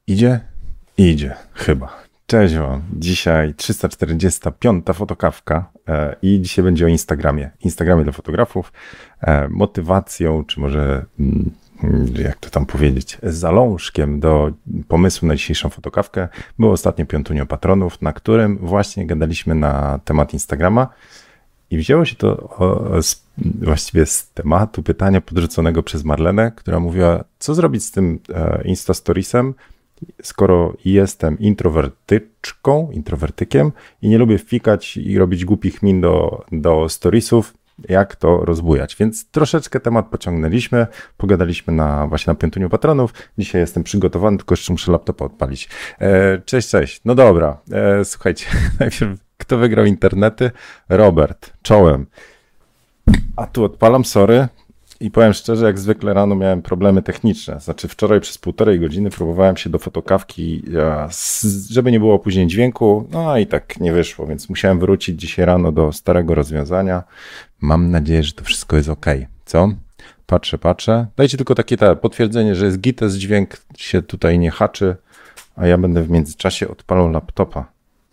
Idzie? Idzie, chyba. Cześć wam. Dzisiaj 345. fotokawka i dzisiaj będzie o Instagramie. Instagramie dla fotografów, motywacją, czy może jak to tam powiedzieć, zalążkiem do pomysłu na dzisiejszą fotokawkę było ostatnie Piątunio Patronów, na którym właśnie gadaliśmy na temat Instagrama i wzięło się to właściwie z tematu pytania podrzuconego przez Marlenę, która mówiła, co zrobić z tym Instastoriesem, skoro jestem introwertykiem i nie lubię wfikać i robić głupich min do storiesów, jak to rozbujać. Więc troszeczkę temat pociągnęliśmy, pogadaliśmy właśnie na Piątuniu Patronów. Dzisiaj jestem przygotowany, tylko jeszcze muszę laptopa odpalić. Cześć. No dobra, słuchajcie, najpierw kto wygrał internety? Robert, czołem. A tu odpalam, sorry. I powiem szczerze, jak zwykle rano miałem problemy techniczne. Znaczy wczoraj przez 1,5 godziny próbowałem się do fotokawki, żeby nie było opóźnień dźwięku, no i tak nie wyszło, więc musiałem wrócić dzisiaj rano do starego rozwiązania. Mam nadzieję, że to wszystko jest ok. Co? Patrzę. Dajcie tylko takie potwierdzenie, że jest gites, dźwięk się tutaj nie haczy, a ja będę w międzyczasie odpalał laptopa.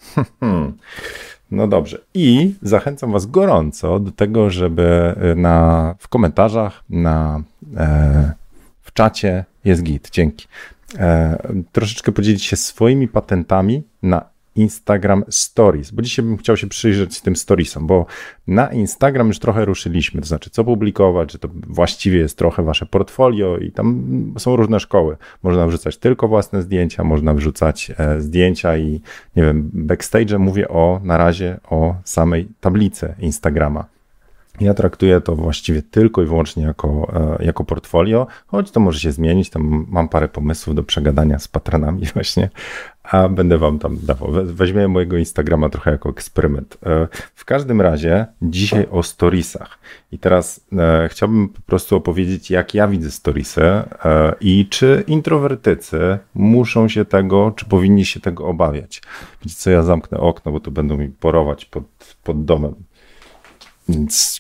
No dobrze. I zachęcam was gorąco do tego, żeby w komentarzach, w czacie jest git. Dzięki. Troszeczkę podzielić się swoimi patentami na Instagram Stories, bo dzisiaj bym chciał się przyjrzeć tym storiesom, bo na Instagram już trochę ruszyliśmy, to znaczy co publikować, że to właściwie jest trochę wasze portfolio i tam są różne szkoły. Można wrzucać tylko własne zdjęcia, można wrzucać zdjęcia i nie wiem, backstage mówię na razie o samej tablicy Instagrama. Ja traktuję to właściwie tylko i wyłącznie jako portfolio, choć to może się zmienić, tam mam parę pomysłów do przegadania z patronami właśnie, a będę wam tam dawał. Weźmiemy mojego Instagrama trochę jako eksperyment. W każdym razie dzisiaj o storiesach. I teraz chciałbym po prostu opowiedzieć, jak ja widzę storiesy i czy introwertycy muszą się tego, czy powinni się tego obawiać. Wiecie co, ja zamknę okno, bo tu będą mi porować pod domem. Więc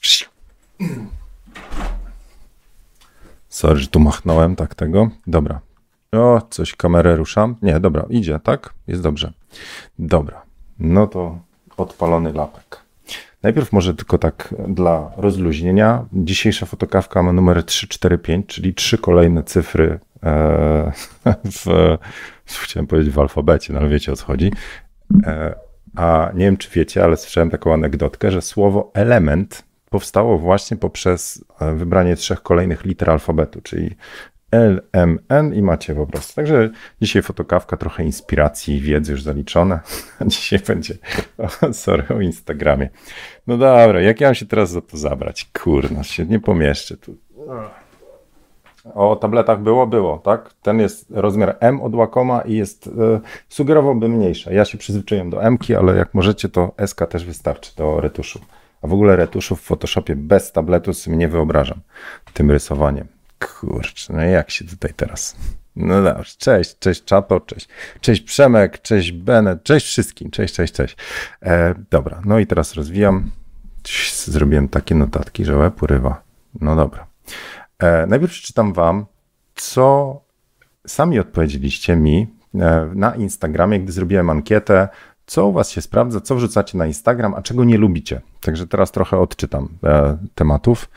sorry, że tu machnąłem tak tego. Dobra. Coś kamerę ruszam. Nie, dobra, idzie, tak? Jest dobrze. Dobra. No to odpalony lapek. Najpierw może tylko tak dla rozluźnienia. Dzisiejsza fotokawka ma numer 345, czyli 3 kolejne cyfry chciałem powiedzieć w alfabecie, no ale wiecie o co chodzi. A nie wiem, czy wiecie, ale słyszałem taką anegdotkę, że słowo element powstało właśnie poprzez wybranie 3 kolejnych liter alfabetu, czyli L, M, N i macie po prostu. Także dzisiaj fotokawka, trochę inspiracji i wiedzy już zaliczone. A dzisiaj będzie, o Instagramie. No dobra, jak ja mam się teraz za to zabrać? Kurno, się nie pomieszczę tu. O tabletach było, tak? Ten jest rozmiar M od Wacoma i sugerowałbym mniejsze. Ja się przyzwyczaiłem do M-ki, ale jak możecie, to SK też wystarczy do retuszu. A w ogóle retuszu w Photoshopie bez tabletu sobie nie wyobrażam tym rysowaniem. Kurczę, no jak się tutaj teraz... No dobrze, cześć Czato, cześć Przemek, cześć Benet, cześć wszystkim, cześć. Dobra, no i teraz rozwijam. Zrobiłem takie notatki, że łeb urywa. No dobra. Najpierw przeczytam wam, co sami odpowiedzieliście mi na Instagramie, gdy zrobiłem ankietę, co u was się sprawdza, co wrzucacie na Instagram, a czego nie lubicie. Także teraz trochę odczytam tematów.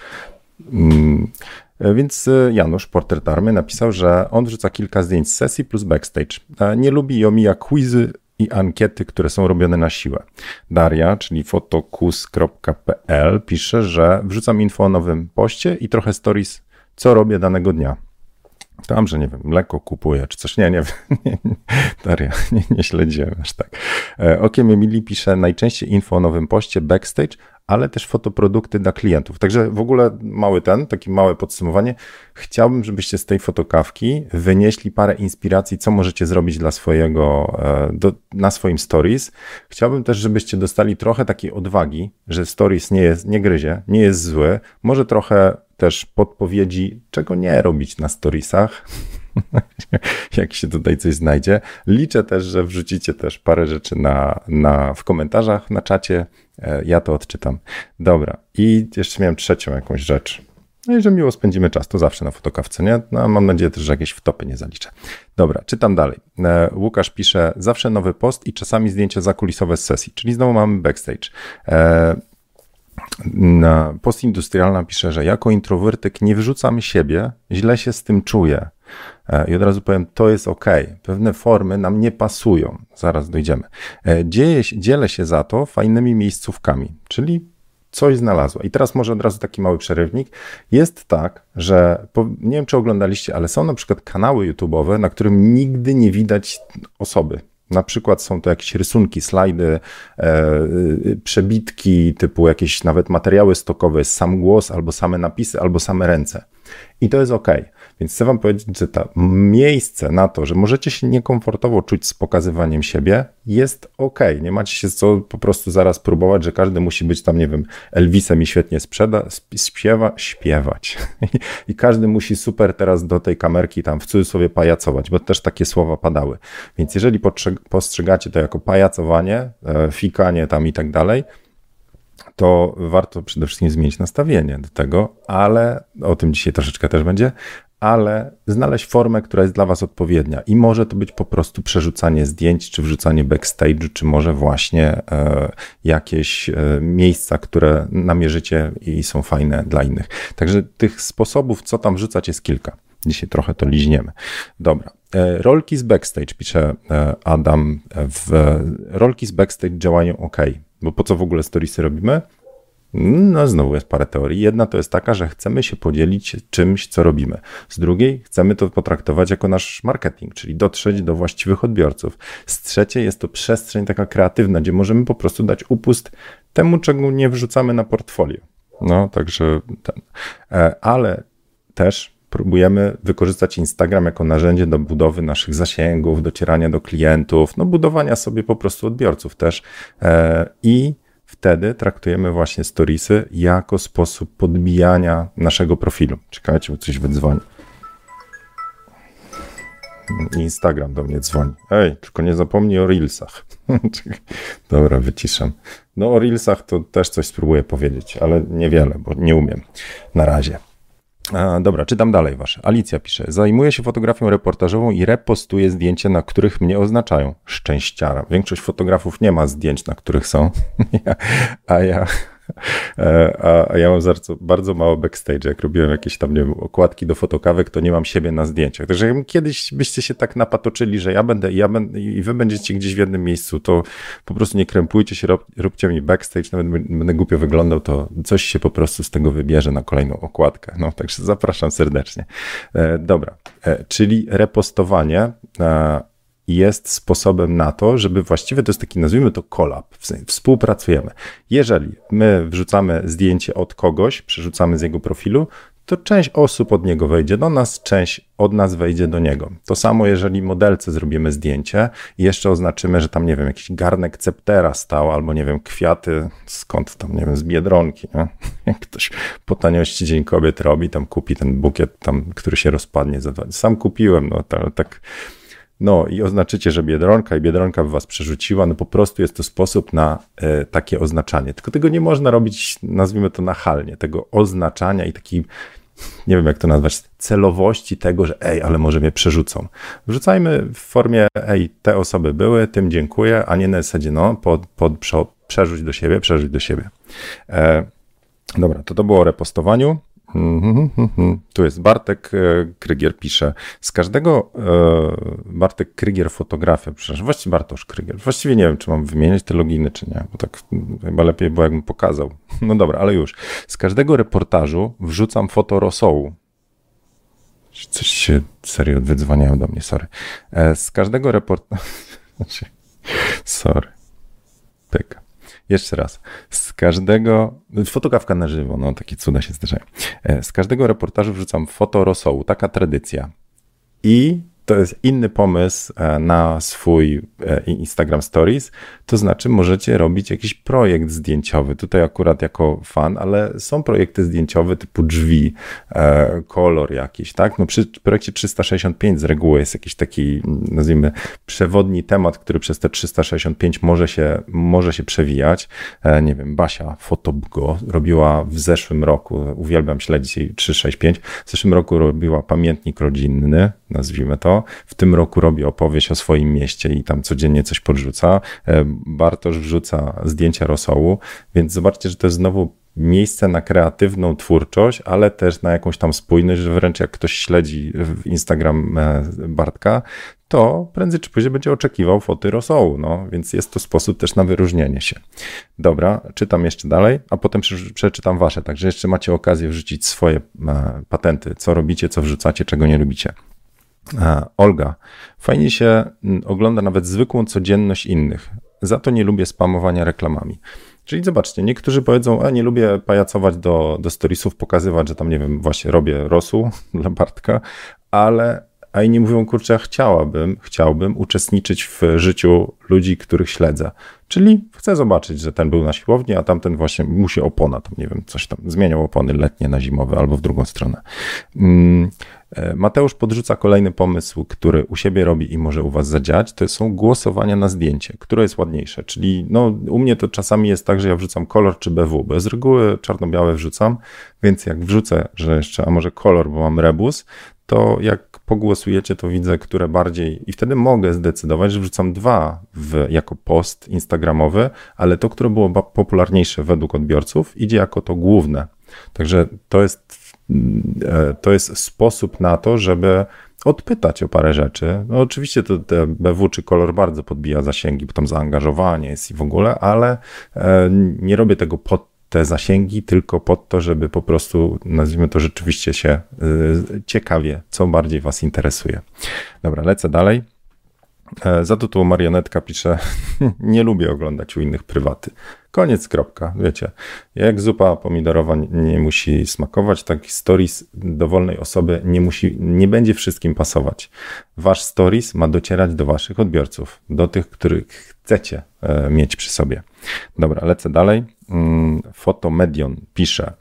Więc Janusz, Portret Army, napisał, że on wrzuca kilka zdjęć z sesji plus backstage. Nie lubi i omija quizy i ankiety, które są robione na siłę. Daria, czyli fotokus.pl, pisze, że wrzucam info o nowym poście i trochę stories, co robię danego dnia. Tam, że nie wiem, mleko kupuję, czy coś, nie wiem. Daria, nie śledziłem aż tak. Okiem Emilii pisze, najczęściej info o nowym poście, backstage, ale też fotoprodukty dla klientów. Także w ogóle takie małe podsumowanie. Chciałbym, żebyście z tej fotokawki wynieśli parę inspiracji, co możecie zrobić dla na swoim stories. Chciałbym też, żebyście dostali trochę takiej odwagi, że stories nie gryzie, nie jest zły. Może trochę też podpowiedzi, czego nie robić na storiesach. Jak się tutaj coś znajdzie. Liczę też, że wrzucicie też parę rzeczy w komentarzach, na czacie. Ja to odczytam. Dobra. I jeszcze miałem trzecią jakąś rzecz. No i że miło spędzimy czas, to zawsze na fotokawce, nie? No, mam nadzieję też, że jakieś wtopy nie zaliczę. Dobra, czytam dalej. Łukasz pisze, zawsze nowy post i czasami zdjęcia zakulisowe z sesji, czyli znowu mamy backstage. Postindustrialna pisze, że jako introwertyk nie wyrzucam siebie, źle się z tym czuję. I od razu powiem, to jest ok. Pewne formy nam nie pasują. Zaraz dojdziemy. Dzielę się za to fajnymi miejscówkami, czyli coś znalazła. I teraz może od razu taki mały przerywnik. Jest tak, że nie wiem, czy oglądaliście, ale są na przykład kanały YouTube'owe, na którym nigdy nie widać osoby. Na przykład są to jakieś rysunki, slajdy, przebitki, typu jakieś nawet materiały stokowe, sam głos, albo same napisy, albo same ręce. I to jest ok. Więc chcę wam powiedzieć, że to miejsce na to, że możecie się niekomfortowo czuć z pokazywaniem siebie, jest ok. Nie macie się co po prostu zaraz próbować, że każdy musi być tam, nie wiem, Elvisem i świetnie śpiewać. I każdy musi super teraz do tej kamerki tam w cudzysłowie pajacować, bo też takie słowa padały. Więc jeżeli postrzegacie to jako pajacowanie, fikanie tam i tak dalej, to warto przede wszystkim zmienić nastawienie do tego, ale o tym dzisiaj troszeczkę też będzie, ale znaleźć formę, która jest dla was odpowiednia i może to być po prostu przerzucanie zdjęć, czy wrzucanie backstage'u, czy może właśnie jakieś miejsca, które namierzycie i są fajne dla innych. Także tych sposobów, co tam wrzucać, jest kilka. Dzisiaj trochę to liźniemy. Dobra. Rolki z backstage, pisze Adam. Rolki z backstage działają ok. Bo po co w ogóle storiesy robimy? No znowu jest parę teorii. Jedna to jest taka, że chcemy się podzielić czymś, co robimy. Z drugiej chcemy to potraktować jako nasz marketing, czyli dotrzeć do właściwych odbiorców. Z trzeciej jest to przestrzeń taka kreatywna, gdzie możemy po prostu dać upust temu, czego nie wrzucamy na portfolio. No, także ale też próbujemy wykorzystać Instagram jako narzędzie do budowy naszych zasięgów, docierania do klientów, no budowania sobie po prostu odbiorców też i wtedy traktujemy właśnie storiesy jako sposób podbijania naszego profilu. Czekajcie, bo coś wydzwoni. Instagram do mnie dzwoni. Ej, tylko nie zapomnij o Reelsach. Dobra, wyciszam. No o Reelsach to też coś spróbuję powiedzieć, ale niewiele, bo nie umiem na razie. Dobra, czytam dalej wasze. Alicja pisze, zajmuję się fotografią reportażową i repostuję zdjęcia, na których mnie oznaczają. Szczęściara. Większość fotografów nie ma zdjęć, na których są, a ja mam bardzo mało backstage. Jak robiłem jakieś tam, nie wiem, okładki do fotokawek, to nie mam siebie na zdjęciach. Także jak kiedyś byście się tak napatoczyli, że ja będę i wy będziecie gdzieś w jednym miejscu, to po prostu nie krępujcie się, róbcie mi backstage, nawet będę głupio wyglądał, to coś się po prostu z tego wybierze na kolejną okładkę. No, także zapraszam serdecznie. Dobra, czyli repostowanie jest sposobem na to, żeby właściwie to jest taki, nazwijmy to collab, współpracujemy. Jeżeli my wrzucamy zdjęcie od kogoś, przerzucamy z jego profilu, to część osób od niego wejdzie do nas, część od nas wejdzie do niego. To samo, jeżeli modelce zrobimy zdjęcie i jeszcze oznaczymy, że tam, nie wiem, jakiś garnek Ceptera stał, albo, nie wiem, kwiaty, skąd tam, nie wiem, z Biedronki, nie? Jak ktoś po taniości Dzień Kobiet robi, tam kupi ten bukiet, tam, który się rozpadnie. Sam kupiłem, no tak. No i oznaczycie, że Biedronka i Biedronka by was przerzuciła, no po prostu jest to sposób na takie oznaczanie. Tylko tego nie można robić, nazwijmy to nachalnie, tego oznaczania i takiej, nie wiem jak to nazwać, celowości tego, że ale może mnie przerzucą. Wrzucajmy w formie, te osoby były, tym dziękuję, a nie na zasadzie, no przerzuć do siebie. Dobra, to było o repostowaniu. Tu jest Bartek Krygier pisze, z każdego Bartek Krygier fotografia, przepraszam, właściwie Bartosz Krygier, właściwie nie wiem, czy mam wymieniać te loginy, czy nie, bo tak chyba lepiej było, jakbym pokazał. No dobra, ale już. Z każdego reportażu wrzucam foto rosołu. Coś się serio wydzwaniają do mnie, sorry. Z każdego reportażu... sorry. Pyka. Jeszcze raz. Z każdego... Fotografka na żywo, no takie cuda się zdarzają. Z każdego reportażu wrzucam foto rosołu, taka tradycja. I to jest inny pomysł na swój Instagram Stories, to znaczy możecie robić jakiś projekt zdjęciowy. Tutaj akurat jako fan, ale są projekty zdjęciowe typu drzwi, kolor jakiś, tak? No przy projekcie 365 z reguły jest jakiś taki, nazwijmy, przewodni temat, który przez te 365 może się przewijać. Nie wiem, Basia Fotobugo robiła w zeszłym roku, uwielbiam śledzić jej 365, w zeszłym roku robiła pamiętnik rodzinny, nazwijmy to. W tym roku robi opowieść o swoim mieście i tam codziennie coś podrzuca. Bartosz wrzuca zdjęcia rosołu, więc zobaczcie, że to jest znowu miejsce na kreatywną twórczość, ale też na jakąś tam spójność, że wręcz jak ktoś śledzi Instagram Bartka, to prędzej czy później będzie oczekiwał foty rosołu, no, więc jest to sposób też na wyróżnienie się. Dobra, czytam jeszcze dalej, a potem przeczytam wasze, także jeszcze macie okazję wrzucić swoje patenty, co robicie, co wrzucacie, czego nie lubicie. Olga, fajnie się ogląda nawet zwykłą codzienność innych, za to nie lubię spamowania reklamami. Czyli zobaczcie, niektórzy powiedzą, nie lubię pajacować do storiesów, pokazywać, że tam, nie wiem, właśnie robię rosół dla Bartka, a inni mówią, kurczę, chciałbym uczestniczyć w życiu ludzi, których śledzę. Czyli chcę zobaczyć, że ten był na siłowni, a tamten właśnie mu się opona, tam nie wiem, coś tam zmieniał opony letnie na zimowe albo w drugą stronę. Mateusz podrzuca kolejny pomysł, który u siebie robi i może u was zadziałać, to są głosowania na zdjęcie, które jest ładniejsze, czyli no, u mnie to czasami jest tak, że ja wrzucam kolor czy BW, bo z reguły czarno-białe wrzucam, więc jak wrzucę, że jeszcze, a może kolor, bo mam rebus, to jak pogłosujecie, to widzę, które bardziej i wtedy mogę zdecydować, że wrzucam dwa jako post instagramowy, ale to, które było popularniejsze według odbiorców, idzie jako to główne. Także to jest sposób na to, żeby odpytać o parę rzeczy. No oczywiście to te BW czy kolor bardzo podbija zasięgi, bo tam zaangażowanie jest i w ogóle, ale nie robię tego pod te zasięgi, tylko pod to, żeby po prostu, nazwijmy to, rzeczywiście się ciekawie, co bardziej was interesuje. Dobra, lecę dalej. Za tytuł Marionetka pisze, nie lubię oglądać u innych prywaty. Koniec, kropka, wiecie. Jak zupa pomidorowa nie musi smakować, tak stories dowolnej osoby nie będzie wszystkim pasować. Wasz stories ma docierać do waszych odbiorców, do tych, których chcecie mieć przy sobie. Dobra, lecę dalej. Fotomedion pisze,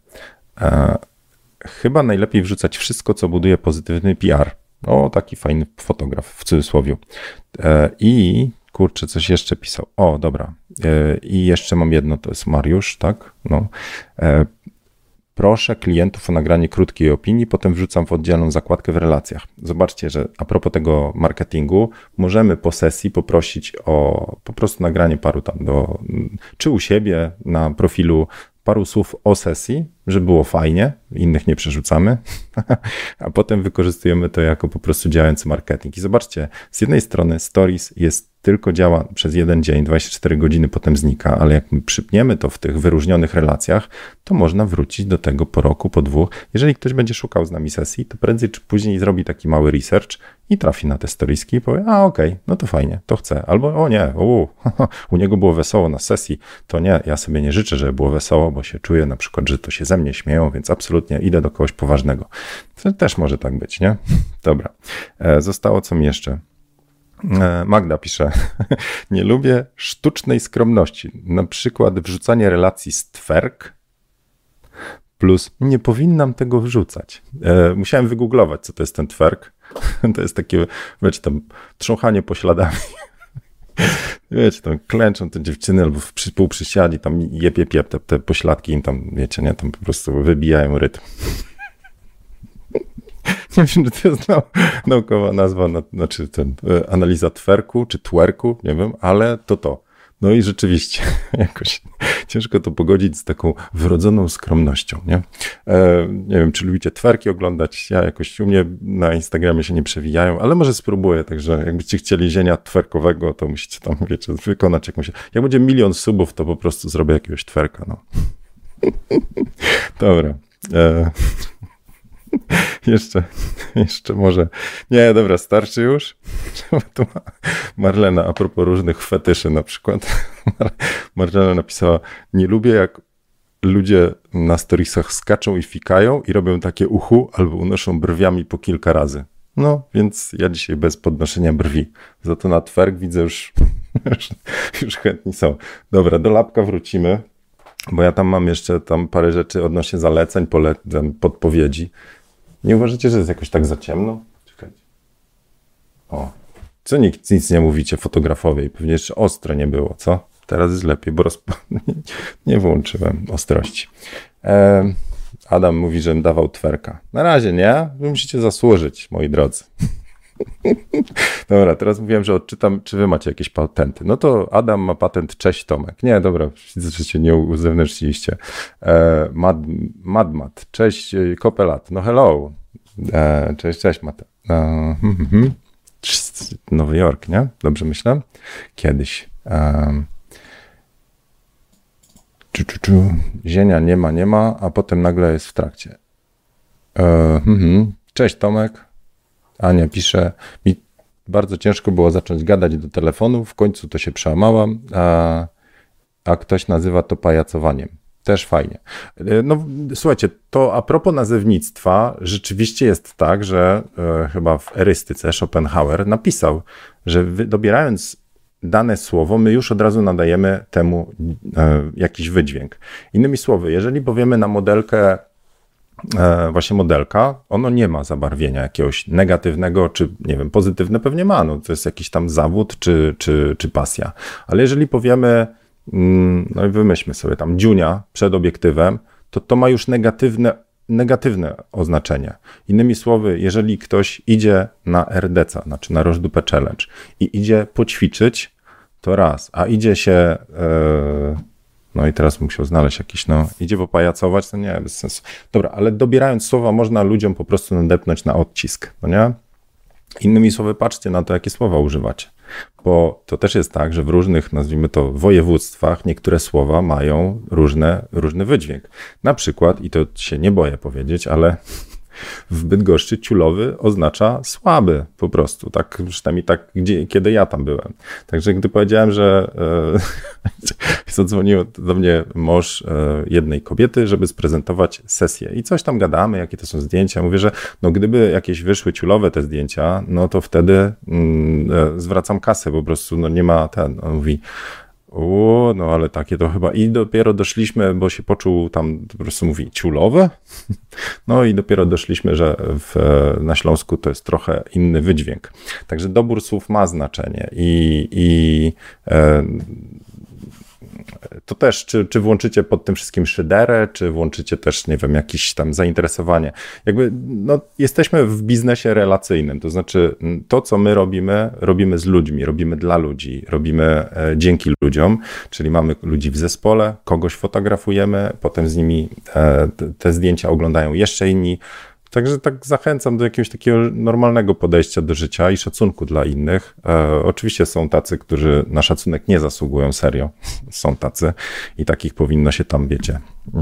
chyba najlepiej wrzucać wszystko, co buduje pozytywny PR. O, taki fajny fotograf, w cudzysłowie. I kurczę, coś jeszcze pisał. O, dobra. I jeszcze mam jedno, to jest Mariusz, tak? No. Proszę klientów o nagranie krótkiej opinii, potem wrzucam w oddzielną zakładkę w relacjach. Zobaczcie, że a propos tego marketingu, możemy po sesji poprosić o po prostu nagranie paru tam czy u siebie na profilu paru słów o sesji, że było fajnie, innych nie przerzucamy, a potem wykorzystujemy to jako po prostu działający marketing. I zobaczcie, z jednej strony stories tylko działa przez jeden dzień, 24 godziny potem znika, ale jak my przypniemy to w tych wyróżnionych relacjach, to można wrócić do tego po roku, po dwóch. Jeżeli ktoś będzie szukał z nami sesji, to prędzej czy później zrobi taki mały research i trafi na te storieski i powie, okej, no to fajnie, to chcę. Albo o nie, u niego było wesoło na sesji, to nie, ja sobie nie życzę, żeby było wesoło, bo się czuję na przykład, że to się ze mnie śmieją, więc absolutnie idę do kogoś poważnego. To też może tak być, nie? Dobra. Zostało co mi jeszcze? Magda pisze, nie lubię sztucznej skromności, na przykład wrzucanie relacji z twerk plus nie powinnam tego wrzucać. Musiałem wygooglować, co to jest ten twerk. To jest takie, wiecie, tam trząchanie pośladami. Wiecie, tam klęczą te dziewczyny albo w półprzysiadi, tam jep, te pośladki im tam, wiecie, nie, tam po prostu wybijają rytm. Nie wiem, czy to jest naukowa nazwa, znaczy analiza twerku czy twerku, nie wiem, ale to. No i rzeczywiście jakoś ciężko to pogodzić z taką wrodzoną skromnością, nie? Nie wiem, czy lubicie twerki oglądać, ja jakoś u mnie na Instagramie się nie przewijają, ale może spróbuję, także jakbyście chcieli zienia twerkowego, to musicie tam, wiecie, wykonać jakąś, jak będzie 1 000 000 subów, to po prostu zrobię jakiegoś twerka, no. Dobra. Jeszcze może. Nie, dobra, starczy już. Tu Marlena, a propos różnych fetyszy na przykład. Marlena napisała, nie lubię jak ludzie na storiesach skaczą i fikają i robią takie uchu albo unoszą brwiami po kilka razy. No, więc ja dzisiaj bez podnoszenia brwi. Za to na twerk widzę już chętni są. Dobra, do lapka wrócimy, bo ja tam mam jeszcze parę rzeczy odnośnie zaleceń, podpowiedzi. Nie uważacie, że jest jakoś tak za ciemno? Czekajcie. O, co nic nie mówicie fotografowie i pewnie jeszcze ostre nie było, co? Teraz jest lepiej, bo nie włączyłem ostrości. Adam mówi, żebym dawał twerka. Na razie nie, wy musicie zasłużyć, moi drodzy. Dobra, teraz mówiłem, że odczytam, czy wy macie jakieś patenty. No to Adam ma patent, cześć Tomek. Nie, dobra, widzę, że się nie uzewnętrzniliście. Madmat, cześć Kopelat, no hello. Cześć Mate. Nowy Jork, nie? Dobrze myślę? Kiedyś. Zienia nie ma, a potem nagle jest w trakcie. Cześć Tomek. Ania pisze, mi bardzo ciężko było zacząć gadać do telefonu, w końcu to się przełamałam, a ktoś nazywa to pajacowaniem. Też fajnie. No słuchajcie, to a propos nazewnictwa, rzeczywiście jest tak, że chyba w erystyce Schopenhauer napisał, że dobierając dane słowo, my już od razu nadajemy temu jakiś wydźwięk. Innymi słowy, jeżeli powiemy na modelkę, właśnie modelka, ono nie ma zabarwienia jakiegoś negatywnego, czy nie wiem, pozytywne pewnie ma, no to jest jakiś tam zawód, czy pasja. Ale jeżeli powiemy, no i wymyślmy sobie tam dziunia przed obiektywem, to ma już negatywne oznaczenie. Innymi słowy, jeżeli ktoś idzie na RDC, znaczy na Rożdupę Challenge i idzie poćwiczyć, to raz, a idzie się, no i teraz musiał znaleźć jakiś, idzie popajacować, to nie, bez sensu. Dobra, ale dobierając słowa można ludziom po prostu nadepnąć na odcisk, no nie? Innymi słowy, patrzcie na to, jakie słowa używacie. Bo to też jest tak, że w różnych, nazwijmy to, województwach niektóre słowa mają różny wydźwięk. Na przykład, i to się nie boję powiedzieć, ale w Bydgoszczy ciulowy oznacza słaby po prostu. Tak, przynajmniej tak, kiedy ja tam byłem. Także gdy powiedziałem, że zadzwonił do mnie mąż jednej kobiety, żeby sprezentować sesję i coś tam gadamy, jakie to są zdjęcia. Mówię, że no gdyby jakieś wyszły ciulowe te zdjęcia, no to wtedy zwracam kasę, po prostu no nie ma On mówi, no ale takie to chyba i dopiero doszliśmy, bo się poczuł tam, po prostu mówi ciulowe, no i dopiero doszliśmy, że na Śląsku to jest trochę inny wydźwięk. Także dobór słów ma znaczenie i to też, czy włączycie pod tym wszystkim szyderę, czy włączycie też, nie wiem, jakieś tam zainteresowanie. Jakby, no, jesteśmy w biznesie relacyjnym, to znaczy to, co my robimy z ludźmi, robimy dla ludzi, robimy dzięki ludziom, czyli mamy ludzi w zespole, kogoś fotografujemy, potem z nimi te zdjęcia oglądają jeszcze inni. Także tak zachęcam do jakiegoś takiego normalnego podejścia do życia i szacunku dla innych. Oczywiście są tacy, którzy na szacunek nie zasługują, serio. Są tacy i takich powinno się tam, wiecie,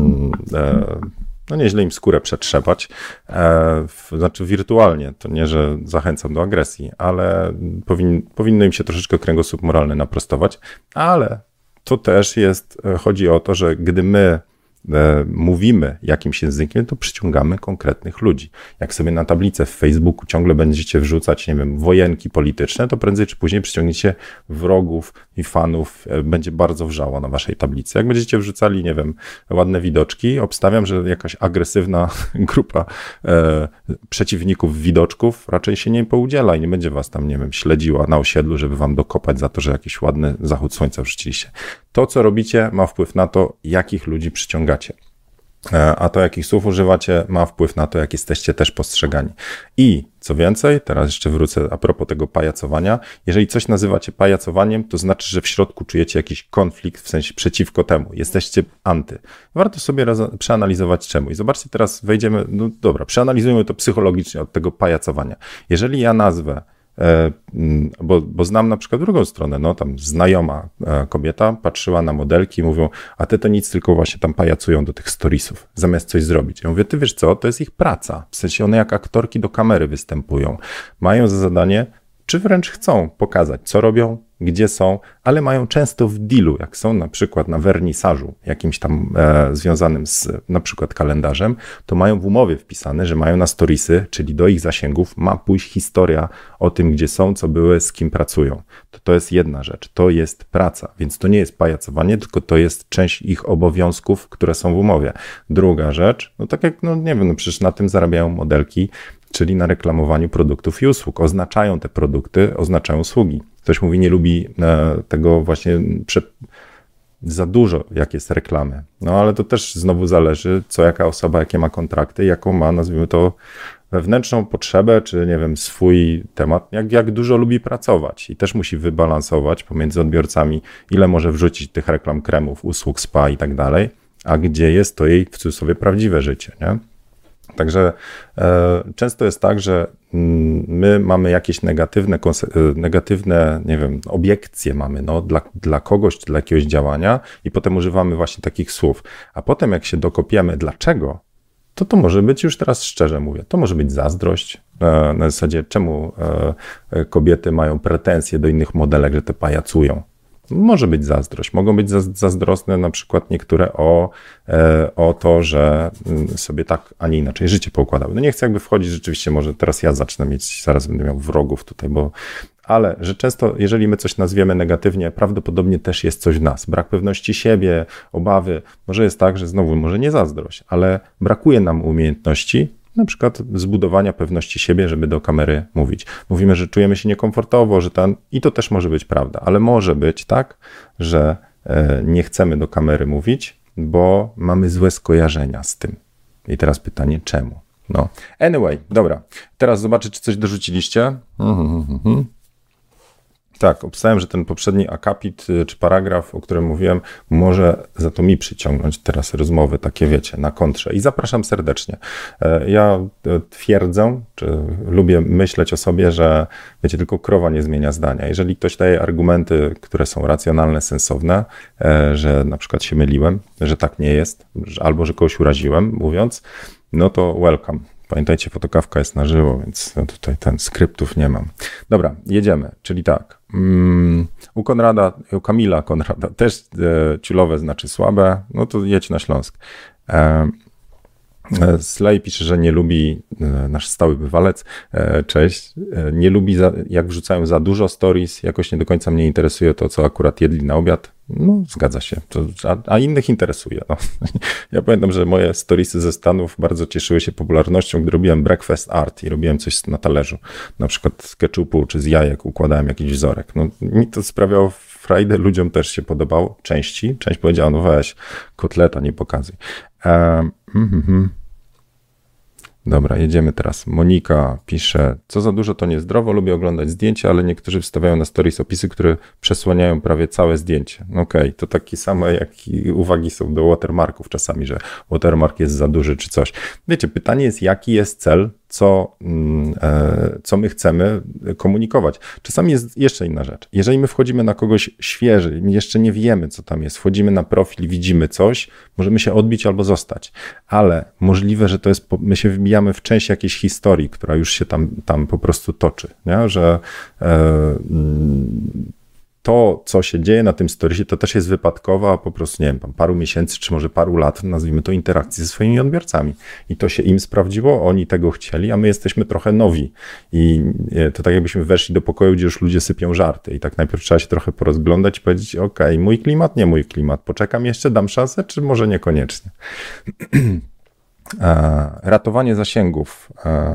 no nieźle im skórę przetrzepać. Znaczy wirtualnie, to nie, że zachęcam do agresji, ale powinno im się troszeczkę kręgosłup moralny naprostować, ale to też chodzi o to, że gdy my mówimy jakimś językiem, to przyciągamy konkretnych ludzi. Jak sobie na tablicę w Facebooku ciągle będziecie wrzucać, nie wiem, wojenki polityczne, to prędzej czy później przyciągniecie wrogów i fanów, będzie bardzo wrzało na waszej tablicy. Jak będziecie wrzucali, nie wiem, ładne widoczki, obstawiam, że jakaś agresywna grupa przeciwników widoczków raczej się nie poudziela i nie będzie was tam, nie wiem, śledziła na osiedlu, żeby wam dokopać za to, że jakiś ładny zachód słońca wrzuciliście. To, co robicie, ma wpływ na to, jakich ludzi przyciągacie. A to, jakich słów używacie, ma wpływ na to, jak jesteście też postrzegani. I co więcej, teraz jeszcze wrócę a propos tego pajacowania. Jeżeli coś nazywacie pajacowaniem, to znaczy, że w środku czujecie jakiś konflikt, w sensie przeciwko temu. Jesteście anty. Warto sobie przeanalizować czemu. I zobaczcie, teraz wejdziemy, no dobra, przeanalizujmy to psychologicznie od tego pajacowania. Jeżeli ja nazwę, bo znam na przykład drugą stronę, no tam znajoma kobieta patrzyła na modelki i mówią, a te to nic, tylko właśnie tam pajacują do tych storiesów, zamiast coś zrobić. Ja mówię, ty wiesz co, to jest ich praca, w sensie one jak aktorki do kamery występują, mają za zadanie, czy wręcz chcą pokazać, co robią, gdzie są, ale mają często w dealu, jak są na przykład na wernisażu jakimś tam związanym z na przykład kalendarzem, to mają w umowie wpisane, że mają na storiesy, czyli do ich zasięgów ma pójść historia o tym, gdzie są, co były, z kim pracują. To jest jedna rzecz, to jest praca, więc to nie jest pajacowanie, tylko to jest część ich obowiązków, które są w umowie. Druga rzecz, no tak jak, no nie wiem, no przecież na tym zarabiają modelki, czyli na reklamowaniu produktów i usług. Oznaczają te produkty, oznaczają usługi. Ktoś mówi, nie lubi tego właśnie za dużo, jak jest reklamy. No ale to też znowu zależy, co jaka osoba, jakie ma kontrakty, jaką ma, nazwijmy to, wewnętrzną potrzebę, czy nie wiem, swój temat, jak dużo lubi pracować i też musi wybalansować pomiędzy odbiorcami, ile może wrzucić tych reklam, kremów, usług, spa i tak dalej, a gdzie jest to jej w cudzysłowie prawdziwe życie, nie? Także często jest tak, że my mamy jakieś negatywne, nie wiem, obiekcje mamy dla kogoś, dla jakiegoś działania i potem używamy właśnie takich słów. A potem jak się dokopiemy dlaczego, to może być, już teraz szczerze mówię, to może być zazdrość, na zasadzie czemu kobiety mają pretensje do innych modelek, że te pajacują. Może być zazdrość. Mogą być zazdrosne na przykład niektóre o to, że sobie tak, a nie inaczej życie poukładały. No nie chcę jakby wchodzić rzeczywiście, może teraz ja zacznę mieć, zaraz będę miał wrogów tutaj, ale że często, jeżeli my coś nazwiemy negatywnie, prawdopodobnie też jest coś w nas. Brak pewności siebie, obawy. Może jest tak, że znowu może nie zazdrość, ale brakuje nam umiejętności, na przykład zbudowania pewności siebie, żeby do kamery mówić. Mówimy, że czujemy się niekomfortowo, i to też może być prawda, ale może być tak, że nie chcemy do kamery mówić, bo mamy złe skojarzenia z tym. I teraz pytanie, czemu? No, anyway, dobra. Teraz zobaczę, czy coś dorzuciliście. Tak, obstałem, że ten poprzedni akapit czy paragraf, o którym mówiłem, może za to mi przyciągnąć teraz rozmowy takie, wiecie, na kontrze. I zapraszam serdecznie. Ja twierdzę, czy lubię myśleć o sobie, że wiecie, tylko krowa nie zmienia zdania. Jeżeli ktoś daje argumenty, które są racjonalne, sensowne, że na przykład się myliłem, że tak nie jest, albo że kogoś uraziłem, mówiąc, no to welcome. Pamiętajcie, fotokawka jest na żywo, więc tutaj skryptów nie mam. Dobra, jedziemy. Czyli tak, u Kamila Konrada też ciulowe znaczy słabe, no to jedź na Śląsk. Slay pisze, że nie lubi, nasz stały bywalec, cześć, nie lubi jak wrzucają za dużo stories, jakoś nie do końca mnie interesuje to, co akurat jedli na obiad. No, zgadza się, a innych interesuje. No. Ja pamiętam, że moje storiesy ze Stanów bardzo cieszyły się popularnością, gdy robiłem breakfast art i robiłem coś na talerzu, na przykład z ketchupu czy z jajek układałem jakiś wzorek. No, mi to sprawiało frajdę, ludziom też się podobało, część powiedziała, no weź, kotleta nie pokazuj. Dobra, jedziemy teraz. Monika pisze, co za dużo to niezdrowo, lubię oglądać zdjęcia, ale niektórzy wstawiają na stories opisy, które przesłaniają prawie całe zdjęcie. Okej, to takie same jak i uwagi są do watermarków czasami, że watermark jest za duży czy coś. Wiecie, pytanie jest, jaki jest cel, co my chcemy komunikować. Czasami jest jeszcze inna rzecz. Jeżeli my wchodzimy na kogoś świeży, jeszcze nie wiemy, co tam jest, wchodzimy na profil, widzimy coś, możemy się odbić albo zostać, ale możliwe, że to jest, my się wbijamy w część jakiejś historii, która już się tam po prostu toczy, nie? Że to, co się dzieje na tym storiesie, to też jest wypadkowa po prostu, nie wiem, paru miesięcy, czy może paru lat, nazwijmy to, interakcji ze swoimi odbiorcami. I to się im sprawdziło, oni tego chcieli, a my jesteśmy trochę nowi. I to tak jakbyśmy weszli do pokoju, gdzie już ludzie sypią żarty. I tak najpierw trzeba się trochę porozglądać i powiedzieć, okej, mój klimat, nie mój klimat, poczekam jeszcze, dam szansę, czy może niekoniecznie. Ratowanie zasięgów,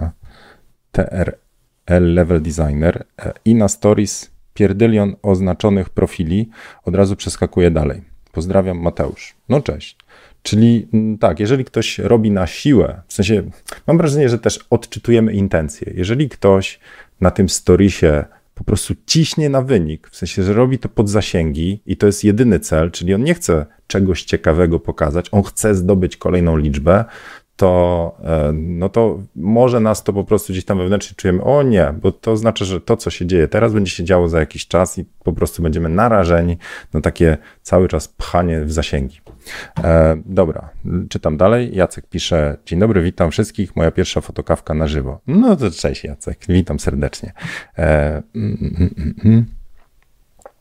TRL Level Designer i na stories pierdylion oznaczonych profili, od razu przeskakuję dalej. Pozdrawiam, Mateusz. No cześć. Czyli tak, jeżeli ktoś robi na siłę, w sensie mam wrażenie, że też odczytujemy intencje. Jeżeli ktoś na tym storiesie po prostu ciśnie na wynik, w sensie, że robi to pod zasięgi i to jest jedyny cel, czyli on nie chce czegoś ciekawego pokazać, on chce zdobyć kolejną liczbę, no to może nas to po prostu gdzieś tam wewnętrznie czujemy, o nie, bo to znaczy, że to, co się dzieje teraz, będzie się działo za jakiś czas i po prostu będziemy narażeni na takie cały czas pchanie w zasięgi. Dobra, czytam dalej. Jacek pisze, dzień dobry, witam wszystkich, moja pierwsza fotokawka na żywo. No to cześć Jacek, witam serdecznie.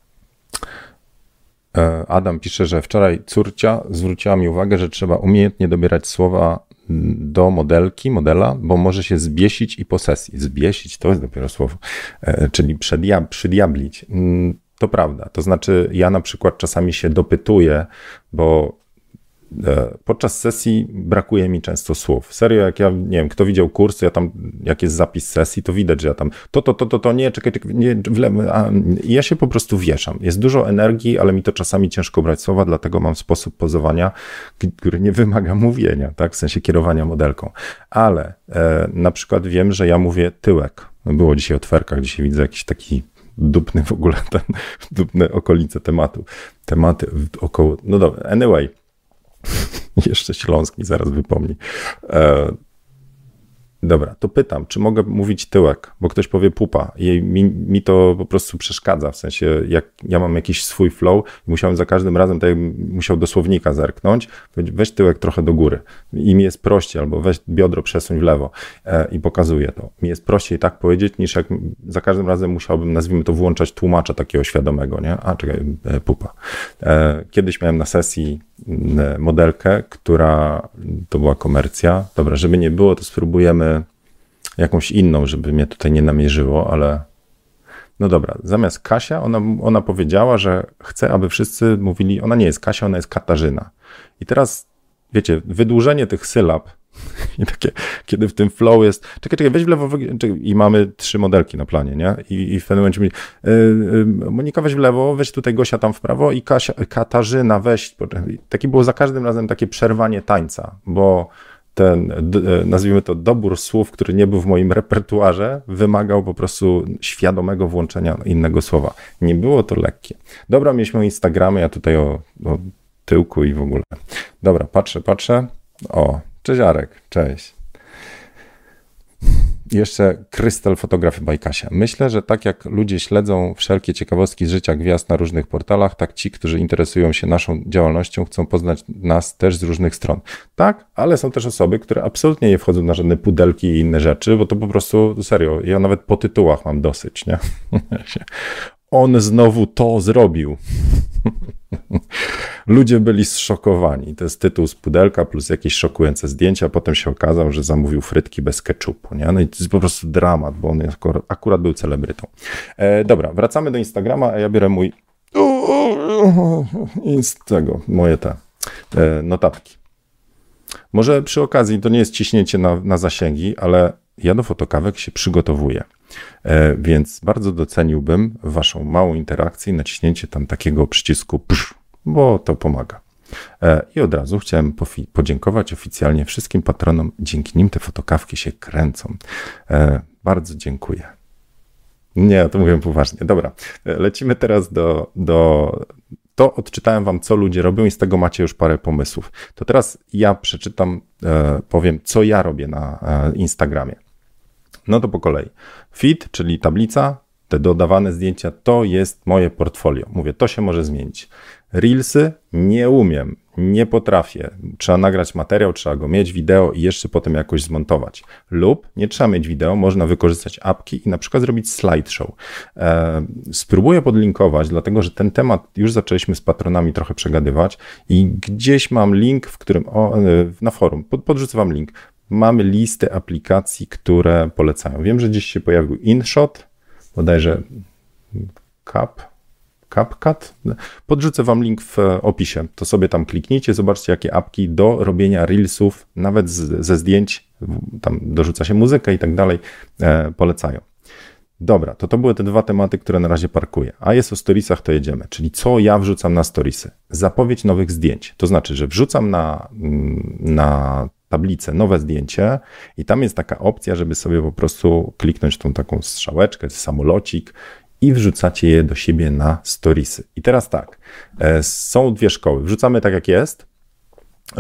Adam pisze, że wczoraj córcia zwróciła mi uwagę, że trzeba umiejętnie dobierać słowa do modela, bo może się zbiesić i posesji. Zbiesić to jest dopiero słowo, czyli przydiablić. To prawda. To znaczy ja na przykład czasami się dopytuję, bo podczas sesji brakuje mi często słów. Serio, jak ja, nie wiem, kto widział kurs, ja tam, jak jest zapis sesji, to widać, że ja tam nie, czekaj, nie, i ja się po prostu wieszam. Jest dużo energii, ale mi to czasami ciężko brać słowa, dlatego mam sposób pozowania, który nie wymaga mówienia, tak, w sensie kierowania modelką. Ale na przykład wiem, że ja mówię tyłek. Było dzisiaj o twerkach, dzisiaj widzę jakiś taki dupny w ogóle, dupne okolice tematy około, no dobra, anyway. Jeszcze Śląsk mi zaraz wypomni. Dobra, to pytam, czy mogę mówić tyłek, bo ktoś powie pupa i mi to po prostu przeszkadza, w sensie jak ja mam jakiś swój flow i musiałem za każdym razem, tak jak musiał do słownika zerknąć, powiedzieć weź tyłek trochę do góry i mi jest prościej, albo weź biodro przesuń w lewo i pokazuję to. Mi jest prościej tak powiedzieć, niż jak za każdym razem musiałbym, nazwijmy to, włączać tłumacza takiego świadomego, nie? Pupa. Kiedyś miałem na sesji modelkę, która to była komercja. Dobra, żeby nie było, to spróbujemy jakąś inną, żeby mnie tutaj nie namierzyło, ale no dobra, zamiast Kasia, ona powiedziała, że chce, aby wszyscy mówili, ona nie jest Kasia, ona jest Katarzyna. I teraz, wiecie, wydłużenie tych sylab i takie, kiedy w tym flow jest, czekaj, weź w lewo, i mamy 3 modelki na planie, nie? I w pewnym momencie mówi, Monika weź w lewo, weź tutaj Gosia tam w prawo i Katarzyna weź, taki było za każdym razem takie przerwanie tańca, bo ten, nazwijmy to, dobór słów, który nie był w moim repertuarze, wymagał po prostu świadomego włączenia innego słowa. Nie było to lekkie. Dobra, mieliśmy Instagramy, ja tutaj o tyłku i w ogóle. Dobra, patrzę. O, cześć Arek, cześć. Jeszcze Krystal Fotografy by Kasia. Myślę, że tak jak ludzie śledzą wszelkie ciekawostki z życia gwiazd na różnych portalach, tak ci, którzy interesują się naszą działalnością, chcą poznać nas też z różnych stron. Tak, ale są też osoby, które absolutnie nie wchodzą na żadne pudelki i inne rzeczy, bo to po prostu, serio, ja nawet po tytułach mam dosyć, nie? On znowu to zrobił. Ludzie byli zszokowani. To jest tytuł z pudelka plus jakieś szokujące zdjęcia. Potem się okazało, że zamówił frytki bez keczupu. Nie? No i to jest po prostu dramat, bo on akurat był celebrytą. Dobra, wracamy do Instagrama, a ja biorę mój moje notatki. Może przy okazji, to nie jest ciśnięcie na zasięgi, ale ja do fotokawek się przygotowuję. Więc bardzo doceniłbym waszą małą interakcję i naciśnięcie tam takiego przycisku psz, bo to pomaga. I od razu chciałem podziękować oficjalnie wszystkim patronom. Dzięki nim te fotokawki się kręcą. Bardzo dziękuję. Nie, to mówię poważnie. Dobra, lecimy teraz to odczytałem wam, co ludzie robią i z tego macie już parę pomysłów. To teraz ja przeczytam, powiem, co ja robię na Instagramie. No to po kolei. Feed, czyli tablica, te dodawane zdjęcia, to jest moje portfolio. Mówię, to się może zmienić. Reelsy nie umiem, nie potrafię. Trzeba nagrać materiał, trzeba go mieć, wideo i jeszcze potem jakoś zmontować. Lub nie trzeba mieć wideo, można wykorzystać apki i na przykład zrobić slideshow. Spróbuję podlinkować, dlatego że ten temat już zaczęliśmy z patronami trochę przegadywać i gdzieś mam link, w którym na forum, podrzucę wam link. Mamy listę aplikacji, które polecają. Wiem, że gdzieś się pojawił InShot, bodajże CapCut. Podrzucę wam link w opisie. To sobie tam kliknijcie, zobaczcie, jakie apki do robienia reelsów, nawet ze zdjęć, tam dorzuca się muzykę i tak dalej, polecają. Dobra, to były te 2 tematy, które na razie parkuję. A jest o storiesach, to jedziemy. Czyli co ja wrzucam na storiesy? Zapowiedź nowych zdjęć. To znaczy, że wrzucam na tablicę nowe zdjęcie i tam jest taka opcja, żeby sobie po prostu kliknąć tą taką strzałeczkę, samolocik i wrzucacie je do siebie na storiesy. I teraz tak, są 2 szkoły. Wrzucamy tak jak jest lub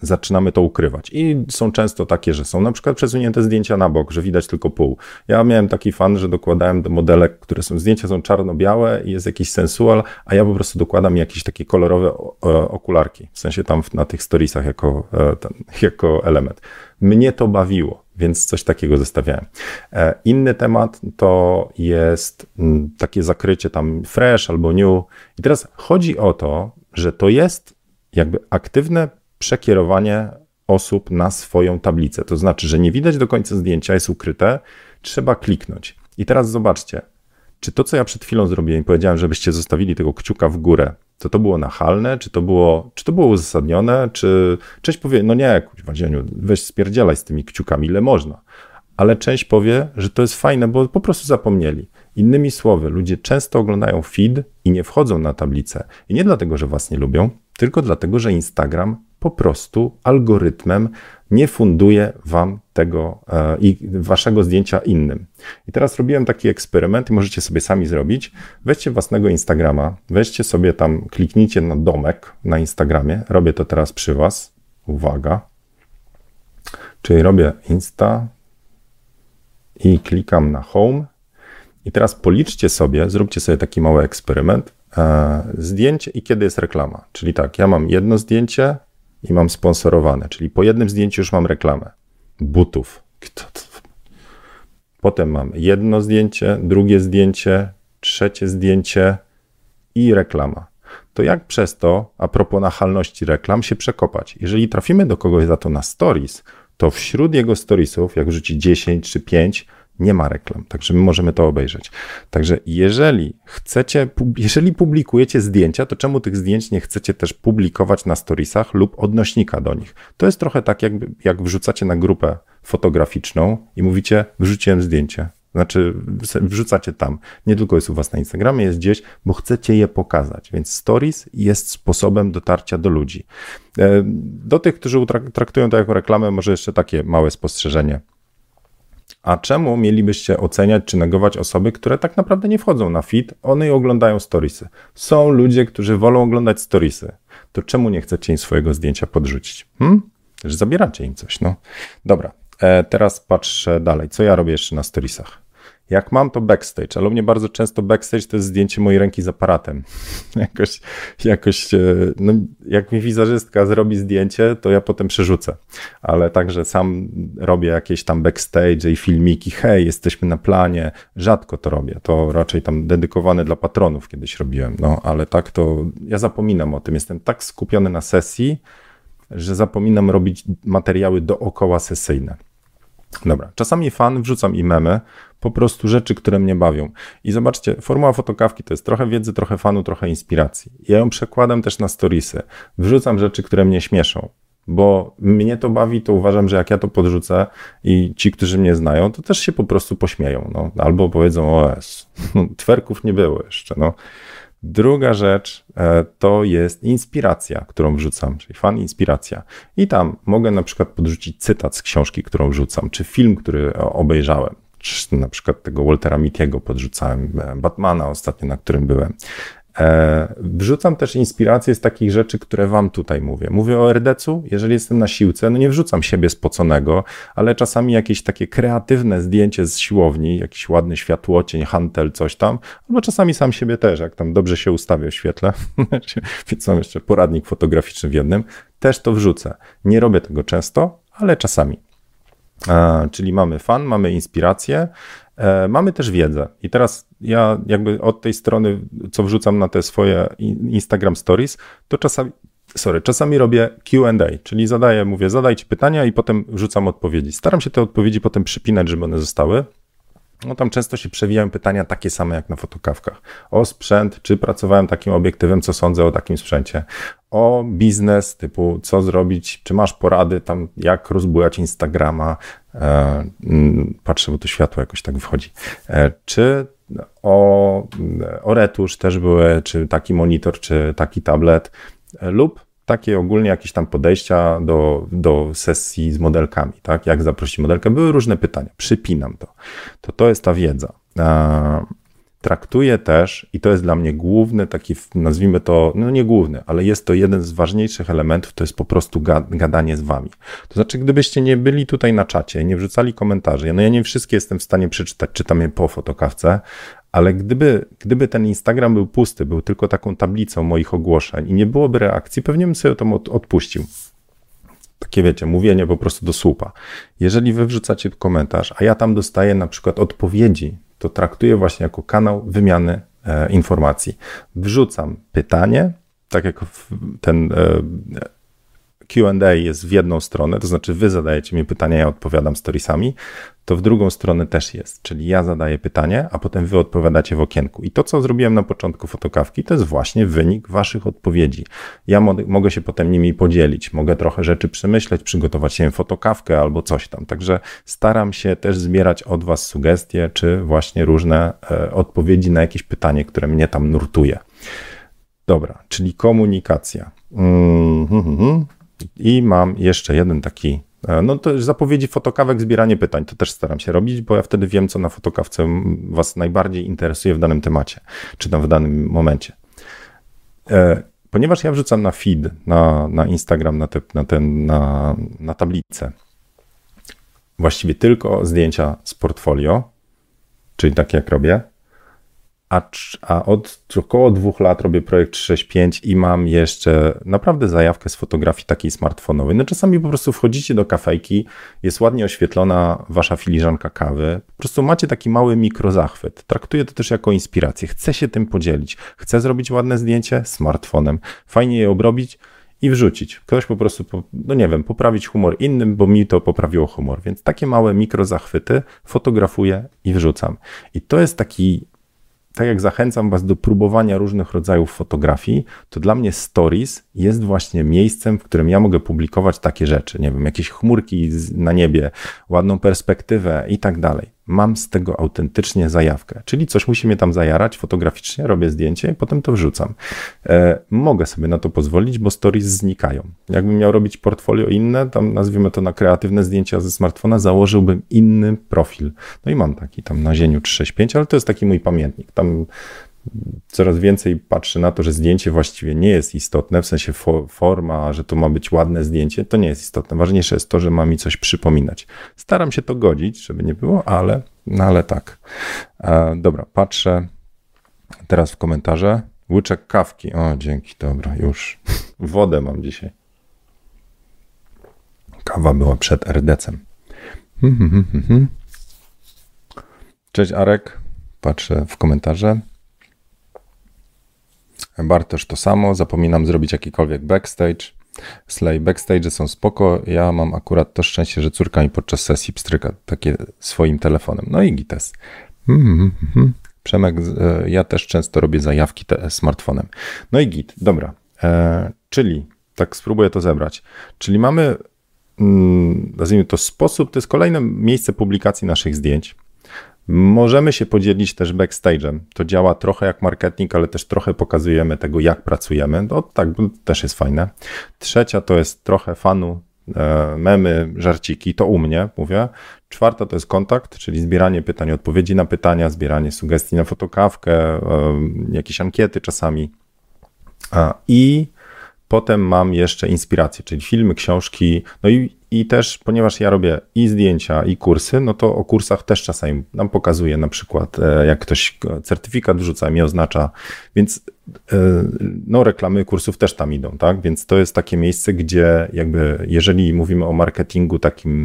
zaczynamy to ukrywać. I są często takie, że są na przykład przesunięte zdjęcia na bok, że widać tylko pół. Ja miałem taki fan, że dokładałem do modelek, które zdjęcia są czarno-białe i jest jakiś sensual, a ja po prostu dokładam jakieś takie kolorowe okularki, w sensie tam na tych storiesach jako element. Mnie to bawiło, więc coś takiego zostawiałem. Inny temat to jest takie zakrycie tam fresh albo new. I teraz chodzi o to, że to jest jakby aktywne przekierowanie osób na swoją tablicę. To znaczy, że nie widać do końca zdjęcia, jest ukryte, trzeba kliknąć. I teraz zobaczcie, czy to, co ja przed chwilą zrobiłem i powiedziałem, żebyście zostawili tego kciuka w górę, to było nachalne, czy to było uzasadnione, czy część powie, no nie, kurwa Zieniu, weź spierdzielaj z tymi kciukami, ile można. Ale część powie, że to jest fajne, bo po prostu zapomnieli. Innymi słowy, ludzie często oglądają feed i nie wchodzą na tablicę. I nie dlatego, że was nie lubią, tylko dlatego, że Instagram po prostu algorytmem nie funduje wam tego i waszego zdjęcia innym. I teraz robiłem taki eksperyment i możecie sobie sami zrobić. Weźcie własnego Instagrama, weźcie sobie tam, kliknijcie na domek na Instagramie. Robię to teraz przy was. Uwaga. Czyli robię Insta i klikam na Home. I teraz policzcie sobie, zróbcie sobie taki mały eksperyment. Zdjęcie i kiedy jest reklama. Czyli tak, ja mam jedno zdjęcie i mam sponsorowane, czyli po jednym zdjęciu już mam reklamę. Butów. Potem mam jedno zdjęcie, drugie zdjęcie, trzecie zdjęcie i reklama. To jak przez to, a propos nachalności reklam, się przekopać? Jeżeli trafimy do kogoś za to na stories, to wśród jego storiesów, jak wrzuci 10 czy 5, nie ma reklam, także my możemy to obejrzeć. Także jeżeli publikujecie zdjęcia, to czemu tych zdjęć nie chcecie też publikować na storiesach lub odnośnika do nich? To jest trochę tak, jak wrzucacie na grupę fotograficzną i mówicie, wrzuciłem zdjęcie. Znaczy wrzucacie tam. Nie tylko jest u was na Instagramie, jest gdzieś, bo chcecie je pokazać. Więc stories jest sposobem dotarcia do ludzi. Do tych, którzy traktują to jako reklamę, może jeszcze takie małe spostrzeżenie. A czemu mielibyście oceniać czy negować osoby, które tak naprawdę nie wchodzą na feed, one i oglądają storiesy? Są ludzie, którzy wolą oglądać storiesy. To czemu nie chcecie im swojego zdjęcia podrzucić? Że zabieracie im coś, no. Dobra, teraz patrzę dalej. Co ja robię jeszcze na storiesach? Jak mam to backstage, ale u mnie bardzo często backstage to jest zdjęcie mojej ręki z aparatem. No, jak mi wizerzystka zrobi zdjęcie, to ja potem przerzucę. Ale także sam robię jakieś tam backstage i filmiki. Hej, jesteśmy na planie. Rzadko to robię. To raczej tam dedykowane dla patronów kiedyś robiłem. No, ale tak to ja zapominam o tym. Jestem tak skupiony na sesji, że zapominam robić materiały dookoła sesyjne. Dobra, czasami wrzucam i memy, po prostu rzeczy, które mnie bawią. I zobaczcie, formuła fotokawki to jest trochę wiedzy, trochę fanu, trochę inspiracji. Ja ją przekładam też na storiesy. Wrzucam rzeczy, które mnie śmieszą, bo mnie to bawi, to uważam, że jak ja to podrzucę i ci, którzy mnie znają, to też się po prostu pośmieją. No. Albo powiedzą, o twerków nie było jeszcze. No. Druga rzecz to jest inspiracja, którą wrzucam, czyli fan, inspiracja. I tam mogę na przykład podrzucić cytat z książki, którą wrzucam, czy film, który obejrzałem. Czy na przykład tego Waltera Mitty'ego podrzucałem, Batmana ostatnio, na którym byłem. Wrzucam też inspiracje z takich rzeczy, które wam tutaj mówię. Mówię o RDC-u, jeżeli jestem na siłce, no nie wrzucam siebie spoconego, ale czasami jakieś takie kreatywne zdjęcie z siłowni, jakiś ładny światłocień, hantel, coś tam, albo czasami sam siebie też, jak tam dobrze się ustawię w świetle, więc mam jeszcze poradnik fotograficzny w jednym, też to wrzucę. Nie robię tego często, ale czasami. Czyli mamy fan, mamy inspirację, mamy też wiedzę. I teraz ja jakby od tej strony, co wrzucam na te swoje Instagram Stories, to czasami robię Q&A, czyli mówię, zadajcie pytania i potem wrzucam odpowiedzi. Staram się te odpowiedzi potem przypinać, żeby one zostały. No tam często się przewijają pytania takie same jak na fotokawkach. O sprzęt, czy pracowałem takim obiektywem, co sądzę o takim sprzęcie. O biznes, typu co zrobić, czy masz porady tam, jak rozbujać Instagrama. Patrzę, bo tu światło jakoś tak wychodzi. Czy o retusz też były, czy taki monitor, czy taki tablet lub takie ogólnie jakieś tam podejścia do sesji z modelkami, tak? Jak zaprosić modelkę. Były różne pytania. Przypinam to. To jest ta wiedza. traktuję też, i to jest dla mnie główny taki, nazwijmy to, no nie główny, ale jest to jeden z ważniejszych elementów, to jest po prostu gadanie z wami. To znaczy, gdybyście nie byli tutaj na czacie, nie wrzucali komentarzy, no ja nie wszystkie jestem w stanie przeczytać, czytam je po fotokawce, ale gdyby ten Instagram był pusty, był tylko taką tablicą moich ogłoszeń i nie byłoby reakcji, pewnie bym sobie to odpuścił. Takie wiecie, mówienie po prostu do słupa. Jeżeli wy wrzucacie komentarz, a ja tam dostaję na przykład odpowiedzi, to traktuję właśnie jako kanał wymiany informacji. Wrzucam pytanie, tak jak ten Q&A jest w jedną stronę, to znaczy wy zadajecie mi pytania, ja odpowiadam storiesami, to w drugą stronę też jest, czyli ja zadaję pytanie, a potem wy odpowiadacie w okienku. I to, co zrobiłem na początku fotokawki, to jest właśnie wynik waszych odpowiedzi. Ja mogę się potem nimi podzielić, mogę trochę rzeczy przemyśleć, przygotować się fotokawkę albo coś tam. Także staram się też zbierać od was sugestie, czy właśnie różne odpowiedzi na jakieś pytanie, które mnie tam nurtuje. Dobra, czyli komunikacja. I mam jeszcze jeden taki, no to zapowiedzi fotokawek, zbieranie pytań, to też staram się robić, bo ja wtedy wiem, co na fotokawce was najbardziej interesuje w danym temacie, czy tam w danym momencie. Ponieważ ja wrzucam na feed, na Instagram, na tablicę, właściwie tylko zdjęcia z portfolio, czyli takie jak robię, a od około 2 lat robię projekt 365 i mam jeszcze naprawdę zajawkę z fotografii takiej smartfonowej. No czasami po prostu wchodzicie do kafejki, jest ładnie oświetlona wasza filiżanka kawy, po prostu macie taki mały mikrozachwyt. Traktuję to też jako inspirację. Chcę się tym podzielić. Chcę zrobić ładne zdjęcie smartfonem. Fajnie je obrobić i wrzucić. Ktoś po prostu, no nie wiem, poprawić humor innym, bo mi to poprawiło humor. Więc takie małe mikrozachwyty fotografuję i wrzucam. I to jest taki, tak jak zachęcam was do próbowania różnych rodzajów fotografii, to dla mnie stories jest właśnie miejscem, w którym ja mogę publikować takie rzeczy, nie wiem, jakieś chmurki na niebie, ładną perspektywę i tak dalej. Mam z tego autentycznie zajawkę, czyli coś musi mnie tam zajarać fotograficznie, robię zdjęcie i potem to wrzucam. Mogę sobie na to pozwolić, bo stories znikają. Jakbym miał robić portfolio inne, tam nazwijmy to na kreatywne zdjęcia ze smartfona, założyłbym inny profil. No i mam taki tam na zieniu 365, ale to jest taki mój pamiętnik. Tam coraz więcej patrzę na to, że zdjęcie właściwie nie jest istotne, w sensie forma, że to ma być ładne zdjęcie, to nie jest istotne. Ważniejsze jest to, że ma mi coś przypominać. Staram się to godzić, żeby nie było, ale tak. Dobra, patrzę teraz w komentarze. Łyczek kawki. O, dzięki, dobra, już. Wodę mam dzisiaj. Kawa była przed RDC-em. Cześć Arek. Patrzę w komentarze. Bartosz to samo, zapominam zrobić jakikolwiek backstage. Slay, backstage są spoko, ja mam akurat to szczęście, że córka mi podczas sesji pstryka takie swoim telefonem. No i gites. Przemek, ja też często robię zajawki smartfonem. No i git, dobra. Czyli, tak spróbuję to zebrać. Czyli mamy, nazwijmy to sposób, to jest kolejne miejsce publikacji naszych zdjęć. Możemy się podzielić też backstage'em. To działa trochę jak marketing, ale też trochę pokazujemy tego, jak pracujemy. No tak, też jest fajne. Trzecia to jest trochę fanu, memy, żarciki, to u mnie mówię. Czwarta to jest kontakt, czyli zbieranie pytań, odpowiedzi na pytania, zbieranie sugestii na fotokawkę, jakieś ankiety czasami. I potem mam jeszcze inspiracje, czyli filmy, książki, no i też, ponieważ ja robię i zdjęcia, i kursy, no to o kursach też czasami nam pokazuję, na przykład jak ktoś certyfikat wrzuca, mi oznacza, więc no reklamy kursów też tam idą, tak? Więc to jest takie miejsce, gdzie jakby, jeżeli mówimy o marketingu takim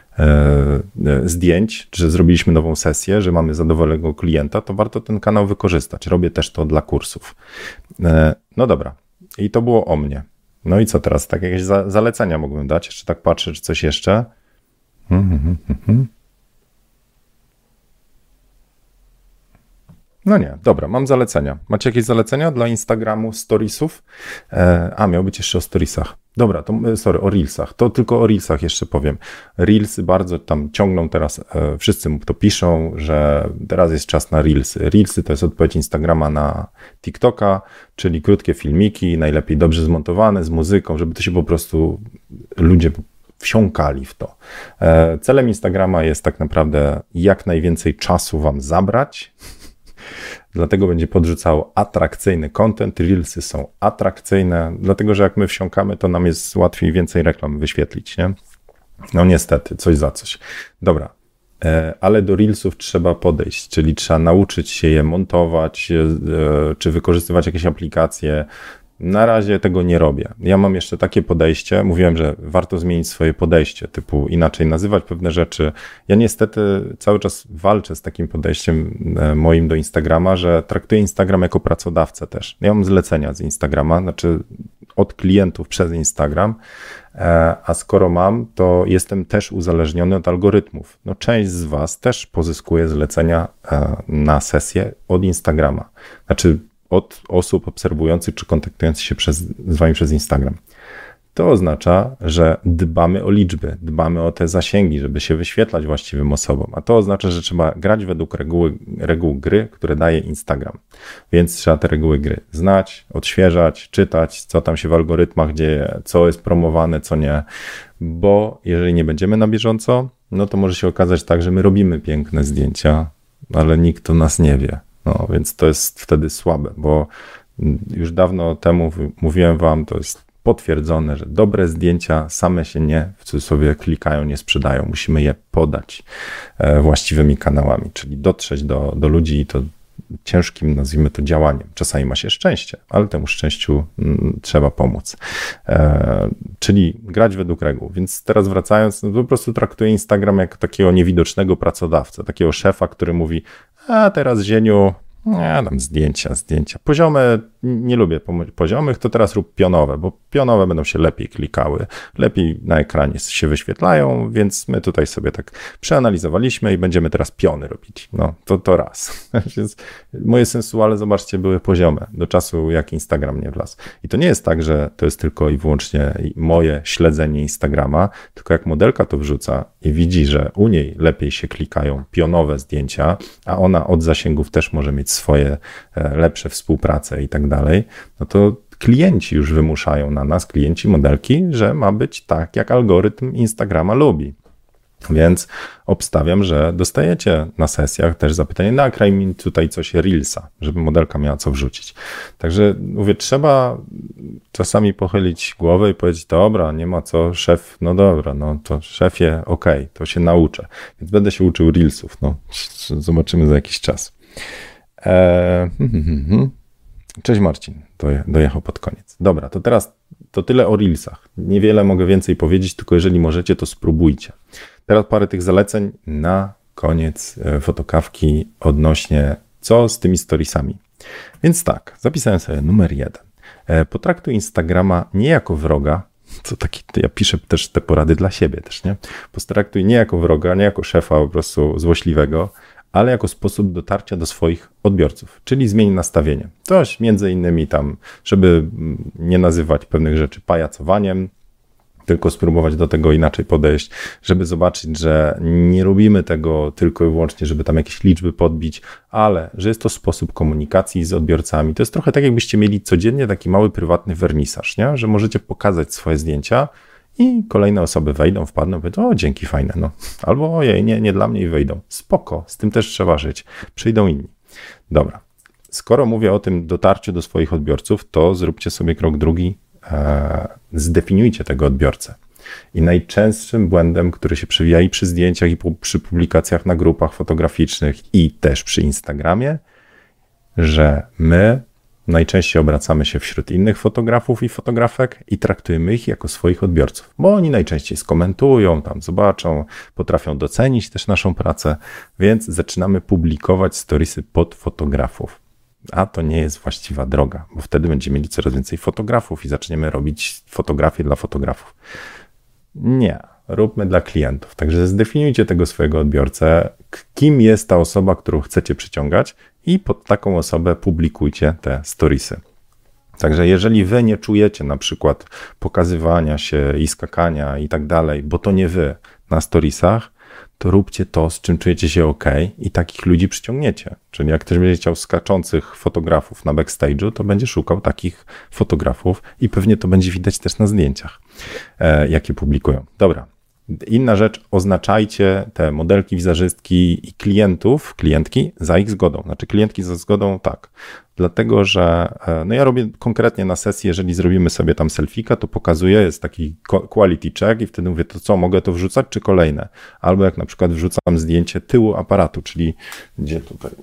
zdjęć, że zrobiliśmy nową sesję, że mamy zadowolonego klienta, to warto ten kanał wykorzystać. Robię też to dla kursów. No dobra. I to było o mnie. No i co teraz? Tak jakieś zalecenia mógłbym dać? Jeszcze tak patrzę, czy coś jeszcze? No nie, dobra, mam zalecenia. Macie jakieś zalecenia dla Instagramu, storiesów? Miał być jeszcze o storiesach. Dobra, to o reelsach. To tylko o reelsach jeszcze powiem. Reelsy bardzo tam ciągną teraz, wszyscy to piszą, że teraz jest czas na reelsy. Reelsy to jest odpowiedź Instagrama na TikToka, czyli krótkie filmiki, najlepiej dobrze zmontowane, z muzyką, żeby to się po prostu ludzie wsiąkali w to. Celem Instagrama jest tak naprawdę jak najwięcej czasu wam zabrać, dlatego będzie podrzucało atrakcyjny content. Reelsy są atrakcyjne, dlatego że jak my wsiąkamy, to nam jest łatwiej więcej reklam wyświetlić, nie? No niestety, coś za coś. Dobra, ale do Reelsów trzeba podejść, czyli trzeba nauczyć się je montować, czy wykorzystywać jakieś aplikacje. Na razie tego nie robię. Ja mam jeszcze takie podejście, mówiłem, że warto zmienić swoje podejście, typu inaczej nazywać pewne rzeczy. Ja niestety cały czas walczę z takim podejściem moim do Instagrama, że traktuję Instagram jako pracodawcę też. Ja mam zlecenia z Instagrama, znaczy od klientów przez Instagram, a skoro mam, to jestem też uzależniony od algorytmów. No, część z was też pozyskuje zlecenia na sesję od Instagrama. Znaczy od osób obserwujących czy kontaktujących się z wami przez Instagram. To oznacza, że dbamy o liczby, dbamy o te zasięgi, żeby się wyświetlać właściwym osobom, a to oznacza, że trzeba grać według reguł gry, które daje Instagram. Więc trzeba te reguły gry znać, odświeżać, czytać, co tam się w algorytmach dzieje, co jest promowane, co nie, bo jeżeli nie będziemy na bieżąco, no to może się okazać tak, że my robimy piękne zdjęcia, ale nikt o nas nie wie. No, więc to jest wtedy słabe, bo już dawno temu mówiłem wam, to jest potwierdzone, że dobre zdjęcia same się nie, w cudzysłowie, klikają, nie sprzedają. Musimy je podać właściwymi kanałami, czyli dotrzeć do ludzi i to ciężkim, nazwijmy to, działaniem. Czasami ma się szczęście, ale temu szczęściu trzeba pomóc. Czyli grać według reguł. Więc teraz wracając, no po prostu traktuję Instagram jako takiego niewidocznego pracodawcę, takiego szefa, który mówi: a teraz, Zieniu, tam zdjęcia. Poziome, nie lubię poziomych, to teraz rób pionowe, bo pionowe będą się lepiej klikały, lepiej na ekranie się wyświetlają, więc my tutaj sobie tak przeanalizowaliśmy i będziemy teraz piony robić. No, to raz. Więc moje sensuale, zobaczcie, były poziome do czasu, jak Instagram nie wlazł. I to nie jest tak, że to jest tylko i wyłącznie moje śledzenie Instagrama, tylko jak modelka to wrzuca i widzi, że u niej lepiej się klikają pionowe zdjęcia, a ona od zasięgów też może mieć swoje lepsze współprace i tak dalej, no to klienci już wymuszają na nas, klienci modelki, że ma być tak, jak algorytm Instagrama lubi. Więc obstawiam, że dostajecie na sesjach też zapytanie: nagraj mi tutaj coś Reelsa, żeby modelka miała co wrzucić. Także mówię, trzeba czasami pochylić głowę i powiedzieć: dobra, nie ma co, szef, no dobra, no to szefie, okej, to się nauczę. Więc będę się uczył Reelsów, no zobaczymy za jakiś czas. Cześć Marcin, dojechał pod koniec. Dobra, to teraz to tyle o Reelsach. Niewiele mogę więcej powiedzieć, tylko jeżeli możecie, to spróbujcie. Teraz parę tych zaleceń na koniec fotokawki odnośnie co z tymi storiesami. Więc tak, zapisałem sobie numer 1. Potraktuj Instagrama nie jako wroga, co taki, ja piszę też te porady dla siebie też, nie? Potraktuj nie jako wroga, nie jako szefa po prostu złośliwego, ale jako sposób dotarcia do swoich odbiorców, czyli zmień nastawienie. Coś między innymi tam, żeby nie nazywać pewnych rzeczy pajacowaniem, tylko spróbować do tego inaczej podejść, żeby zobaczyć, że nie robimy tego tylko i wyłącznie, żeby tam jakieś liczby podbić, ale że jest to sposób komunikacji z odbiorcami. To jest trochę tak, jakbyście mieli codziennie taki mały, prywatny wernisaż, nie? Że możecie pokazać swoje zdjęcia i kolejne osoby wejdą, wpadną i powiedzą: o, dzięki, fajne, no. Albo ojej, nie dla mnie i wyjdą. Spoko, z tym też trzeba żyć. Przyjdą inni. Dobra. Skoro mówię o tym dotarciu do swoich odbiorców, to zróbcie sobie krok drugi. Zdefiniujcie tego odbiorcę. I najczęstszym błędem, który się przewija i przy zdjęciach, i przy publikacjach na grupach fotograficznych, i też przy Instagramie, że my najczęściej obracamy się wśród innych fotografów i fotografek i traktujemy ich jako swoich odbiorców, bo oni najczęściej skomentują, tam zobaczą, potrafią docenić też naszą pracę, więc zaczynamy publikować storiesy pod fotografów. A to nie jest właściwa droga, bo wtedy będziemy mieli coraz więcej fotografów i zaczniemy robić fotografie dla fotografów. Nie, róbmy dla klientów. Także zdefiniujcie tego swojego odbiorcę, kim jest ta osoba, którą chcecie przyciągać, i pod taką osobę publikujcie te storiesy. Także jeżeli wy nie czujecie na przykład pokazywania się i skakania i tak dalej, bo to nie wy na storiesach, to róbcie to, z czym czujecie się ok, i takich ludzi przyciągniecie. Czyli jak ktoś będzie chciał skaczących fotografów na backstage'u, to będzie szukał takich fotografów i pewnie to będzie widać też na zdjęciach, jakie publikują. Dobra, Inna rzecz, oznaczajcie te modelki, wizerzystki i klientki za ich zgodą. Znaczy klientki za zgodą, tak. Dlatego, że no ja robię konkretnie na sesji, jeżeli zrobimy sobie tam selfika, to pokazuję, jest taki quality check i wtedy mówię, to co, mogę to wrzucać, czy kolejne? Albo jak na przykład wrzucam zdjęcie tyłu aparatu, czyli gdzie tutaj?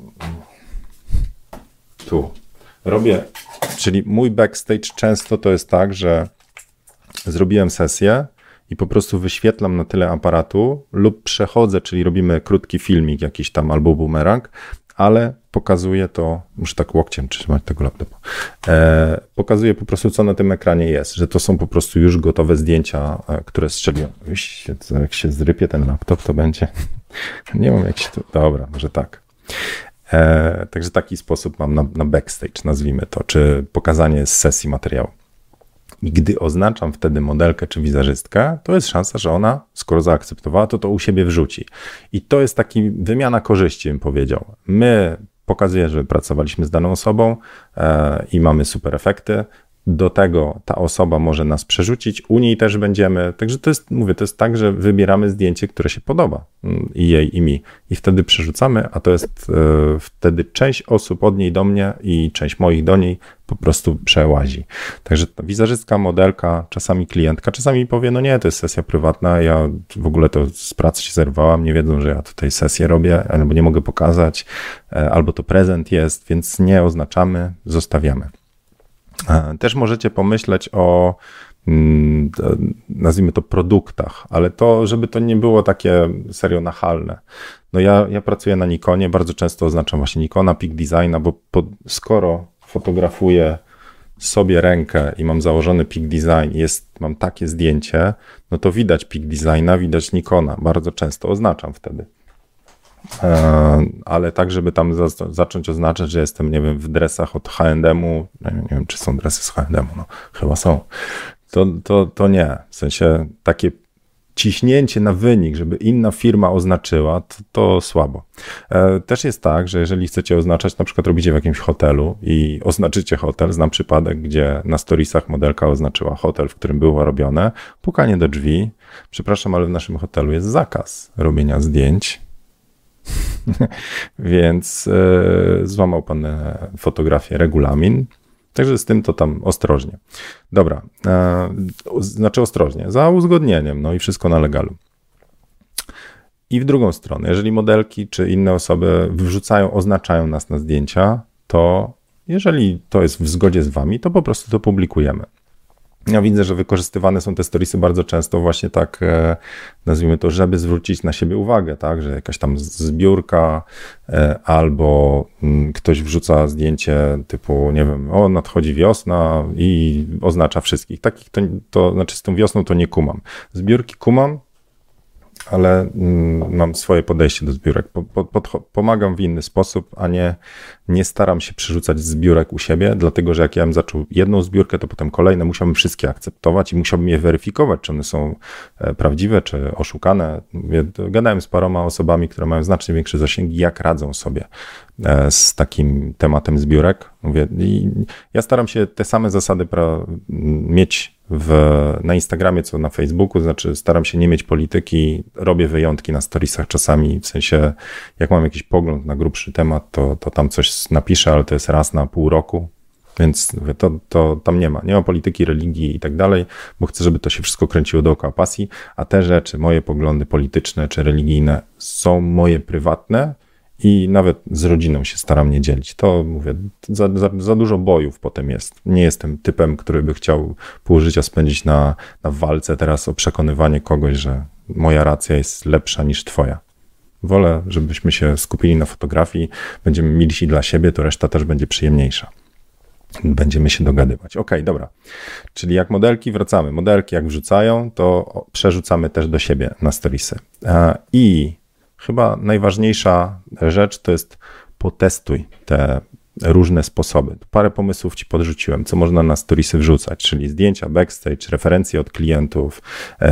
Tu. Robię, czyli mój backstage często to jest tak, że zrobiłem sesję i po prostu wyświetlam na tyle aparatu lub przechodzę, czyli robimy krótki filmik jakiś tam albo bumerang, ale pokazuję to, muszę tak łokciem trzymać tego laptopa, pokazuję po prostu, co na tym ekranie jest, że to są po prostu już gotowe zdjęcia, które strzeliłem. Jak się zrypie ten laptop, to będzie, nie wiem jak się to, dobra, może tak. Także taki sposób mam na backstage, nazwijmy to, czy pokazanie z sesji materiału. I gdy oznaczam wtedy modelkę czy wizerzystkę, to jest szansa, że ona, skoro zaakceptowała, to u siebie wrzuci. I to jest taki wymiana korzyści, bym powiedział. My pokazujemy, że pracowaliśmy z daną osobą i mamy super efekty. Do tego ta osoba może nas przerzucić, u niej też będziemy. Także to jest, mówię, to jest tak, że wybieramy zdjęcie, które się podoba i jej, i mi. I wtedy przerzucamy, a to jest wtedy część osób od niej do mnie i część moich do niej po prostu przełazi. Także ta wizerzystka, modelka, czasami klientka, czasami powie, no nie, to jest sesja prywatna, ja w ogóle to z pracy się zerwałam, nie wiedzą, że ja tutaj sesję robię, albo nie mogę pokazać, albo to prezent jest, więc nie oznaczamy, zostawiamy. Też możecie pomyśleć o, nazwijmy to, produktach, ale to, żeby to nie było takie serio nachalne. No ja pracuję na Nikonie, bardzo często oznaczam właśnie Nikona, Peak Designa, bo skoro fotografuję sobie rękę i mam założony Peak Design i mam takie zdjęcie, no to widać Peak Designa, widać Nikona. Bardzo często oznaczam wtedy. Ale tak, żeby tam zacząć oznaczać, że jestem, nie wiem, w dresach od H&M-u, nie wiem, czy są dresy z H&M-u, no chyba są, to nie, w sensie takie ciśnięcie na wynik, żeby inna firma oznaczyła, to słabo. Też jest tak, że jeżeli chcecie oznaczać, na przykład robicie w jakimś hotelu i oznaczycie hotel, znam przypadek, gdzie na storiesach modelka oznaczyła hotel, w którym było robione, pukanie do drzwi, przepraszam, ale w naszym hotelu jest zakaz robienia zdjęć, więc złamał pan fotografię, regulamin. Także z tym to tam ostrożnie. Dobra, znaczy ostrożnie, za uzgodnieniem, no i wszystko na legalu. I w drugą stronę, jeżeli modelki czy inne osoby wrzucają, oznaczają nas na zdjęcia, to jeżeli to jest w zgodzie z wami, to po prostu to publikujemy. Ja widzę, że wykorzystywane są te storiesy bardzo często właśnie tak, nazwijmy to, żeby zwrócić na siebie uwagę, tak, że jakaś tam zbiórka albo ktoś wrzuca zdjęcie typu, nie wiem, o, nadchodzi wiosna i oznacza wszystkich. Takich to znaczy z tą wiosną to nie kumam. Zbiórki kumam, ale mam swoje podejście do zbiórek. Pomagam w inny sposób, a nie staram się przerzucać zbiórek u siebie, dlatego że jak ja bym zaczął jedną zbiórkę, to potem kolejne musiałbym wszystkie akceptować i musiałbym je weryfikować, czy one są prawdziwe, czy oszukane. Gadałem z paroma osobami, które mają znacznie większe zasięgi, jak radzą sobie z takim tematem zbiórek. Mówię, ja staram się te same zasady mieć na Instagramie, co na Facebooku, znaczy staram się nie mieć polityki, robię wyjątki na storiesach czasami, w sensie jak mam jakiś pogląd na grubszy temat, to tam coś napiszę, ale to jest raz na pół roku, więc to tam nie ma polityki, religii i tak dalej, bo chcę, żeby to się wszystko kręciło dookoła pasji, a te rzeczy, moje poglądy polityczne czy religijne są moje prywatne i nawet z rodziną się staram nie dzielić. To mówię, za dużo bojów potem jest. Nie jestem typem, który by chciał pół życia spędzić na walce teraz o przekonywanie kogoś, że moja racja jest lepsza niż twoja. Wolę, żebyśmy się skupili na fotografii, będziemy milsi dla siebie, to reszta też będzie przyjemniejsza. Będziemy się dogadywać. Okej, dobra. Czyli jak modelki wracamy. Modelki jak wrzucają, to przerzucamy też do siebie na storiesy. I chyba najważniejsza rzecz to jest potestuj te różne sposoby. Parę pomysłów ci podrzuciłem, co można na storiesy wrzucać, czyli zdjęcia, backstage, referencje od klientów,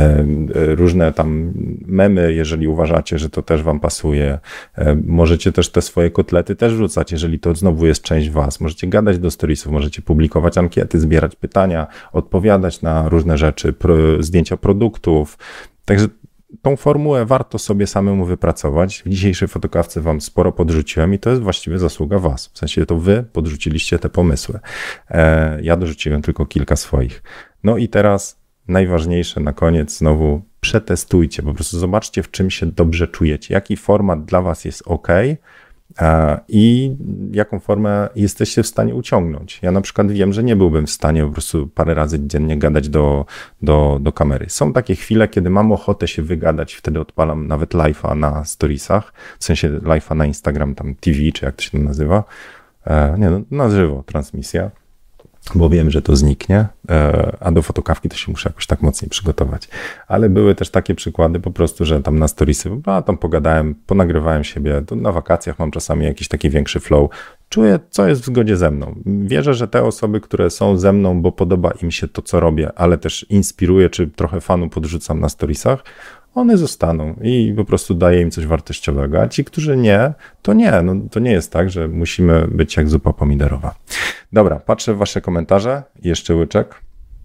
różne tam memy, jeżeli uważacie, że to też wam pasuje. Możecie też te swoje kotlety też wrzucać, jeżeli to znowu jest część was. Możecie gadać do storiesów, możecie publikować ankiety, zbierać pytania, odpowiadać na różne rzeczy, zdjęcia produktów. Także tą formułę warto sobie samemu wypracować. W dzisiejszej fotokawce wam sporo podrzuciłem i to jest właściwie zasługa was. W sensie to wy podrzuciliście te pomysły. Ja dorzuciłem tylko kilka swoich. No i teraz najważniejsze na koniec znowu przetestujcie, po prostu zobaczcie, w czym się dobrze czujecie, jaki format dla was jest ok i jaką formę jesteście w stanie uciągnąć. Ja na przykład wiem, że nie byłbym w stanie po prostu parę razy dziennie gadać do kamery. Są takie chwile, kiedy mam ochotę się wygadać, wtedy odpalam nawet live'a na storiesach, w sensie live'a na Instagram, tam TV, czy jak to się to nazywa. Nie, no, na żywo transmisja, bo wiem, że to zniknie, a do fotokawki to się muszę jakoś tak mocniej przygotować. Ale były też takie przykłady po prostu, że tam na storiesy, tam pogadałem, ponagrywałem siebie, to na wakacjach mam czasami jakiś taki większy flow, czuję, co jest w zgodzie ze mną. Wierzę, że te osoby, które są ze mną, bo podoba im się to, co robię, ale też inspiruję, czy trochę fanu podrzucam na storiesach, one zostaną i po prostu daję im coś wartościowego, a ci, którzy nie, no to nie jest tak, że musimy być jak zupa pomidorowa. Dobra, patrzę w wasze komentarze, jeszcze łyczek.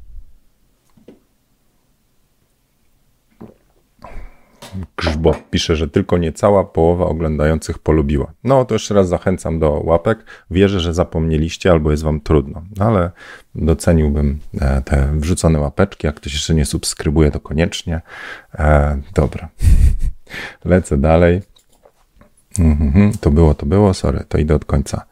Grzbot pisze, że tylko niecała połowa oglądających polubiła. No to jeszcze raz zachęcam do łapek. Wierzę, że zapomnieliście albo jest wam trudno, ale doceniłbym te wrzucone łapeczki. Jak ktoś jeszcze nie subskrybuje, to koniecznie. Dobra, lecę dalej. To było, sorry, to idę od końca.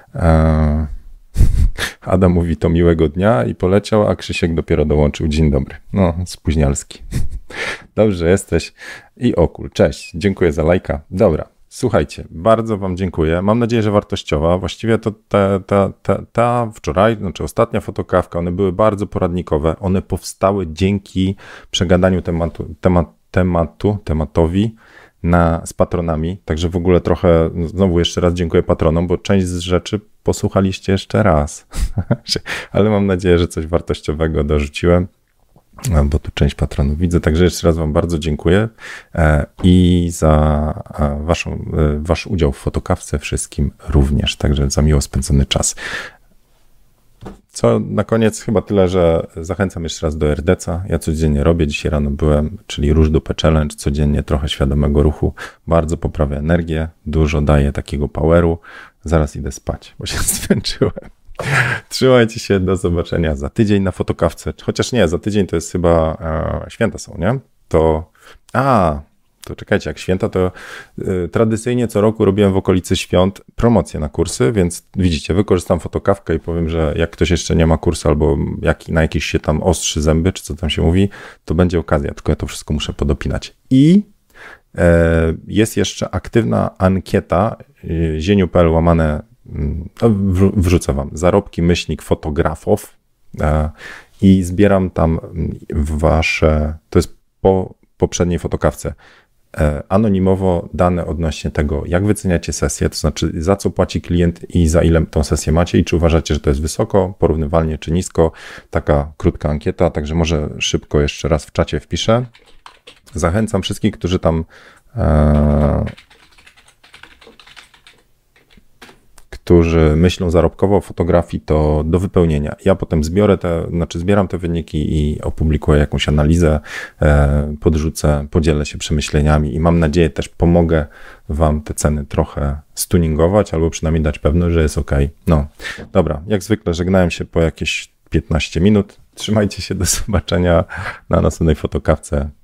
Adam mówi, to miłego dnia i poleciał, a Krzysiek dopiero dołączył. Dzień dobry. No, spóźnialski. Dobrze jesteś. I Okul, cześć. Dziękuję za lajka. Dobra, słuchajcie, bardzo wam dziękuję. Mam nadzieję, że wartościowa. Właściwie to ta wczoraj, znaczy ostatnia fotokawka, one były bardzo poradnikowe. One powstały dzięki przegadaniu tematowi z patronami, także w ogóle trochę, znowu jeszcze raz dziękuję patronom, bo część z rzeczy posłuchaliście jeszcze raz, ale mam nadzieję, że coś wartościowego dorzuciłem, bo tu część patronów widzę, także jeszcze raz wam bardzo dziękuję i za wasz udział w fotokawce wszystkim również, także za miło spędzony czas. Co na koniec chyba tyle, że zachęcam jeszcze raz do RDC-a. Ja codziennie robię, dzisiaj rano byłem, czyli Róż Dupę Challenge, codziennie trochę świadomego ruchu, bardzo poprawia energię, dużo daje takiego poweru. Zaraz idę spać, bo się zmęczyłem. Trzymajcie się, do zobaczenia za tydzień na fotokawce, chociaż nie, za tydzień to jest chyba święta są, nie? To czekajcie, jak święta, to tradycyjnie co roku robiłem w okolicy świąt promocje na kursy, więc widzicie, wykorzystam fotokawkę i powiem, że jak ktoś jeszcze nie ma kursu albo na jakiś się tam ostrzy zęby, czy co tam się mówi, to będzie okazja, tylko ja to wszystko muszę podopinać. I jest jeszcze aktywna ankieta zieniu.pl łamane, wrzucę wam, zarobki fotografów i zbieram tam wasze, to jest po poprzedniej fotokawce, anonimowo dane odnośnie tego, jak wyceniacie sesję, to znaczy za co płaci klient i za ile tą sesję macie i czy uważacie, że to jest wysoko, porównywalnie czy nisko. Taka krótka ankieta, także może szybko jeszcze raz w czacie wpiszę. Zachęcam wszystkich, którzy tam którzy myślą zarobkowo o fotografii, to do wypełnienia. Ja potem zbieram te wyniki i opublikuję jakąś analizę, podrzucę, podzielę się przemyśleniami i mam nadzieję też pomogę wam te ceny trochę stuningować albo przynajmniej dać pewność, że jest ok. No, dobra, jak zwykle żegnałem się po jakieś 15 minut. Trzymajcie się, do zobaczenia na następnej fotokawce.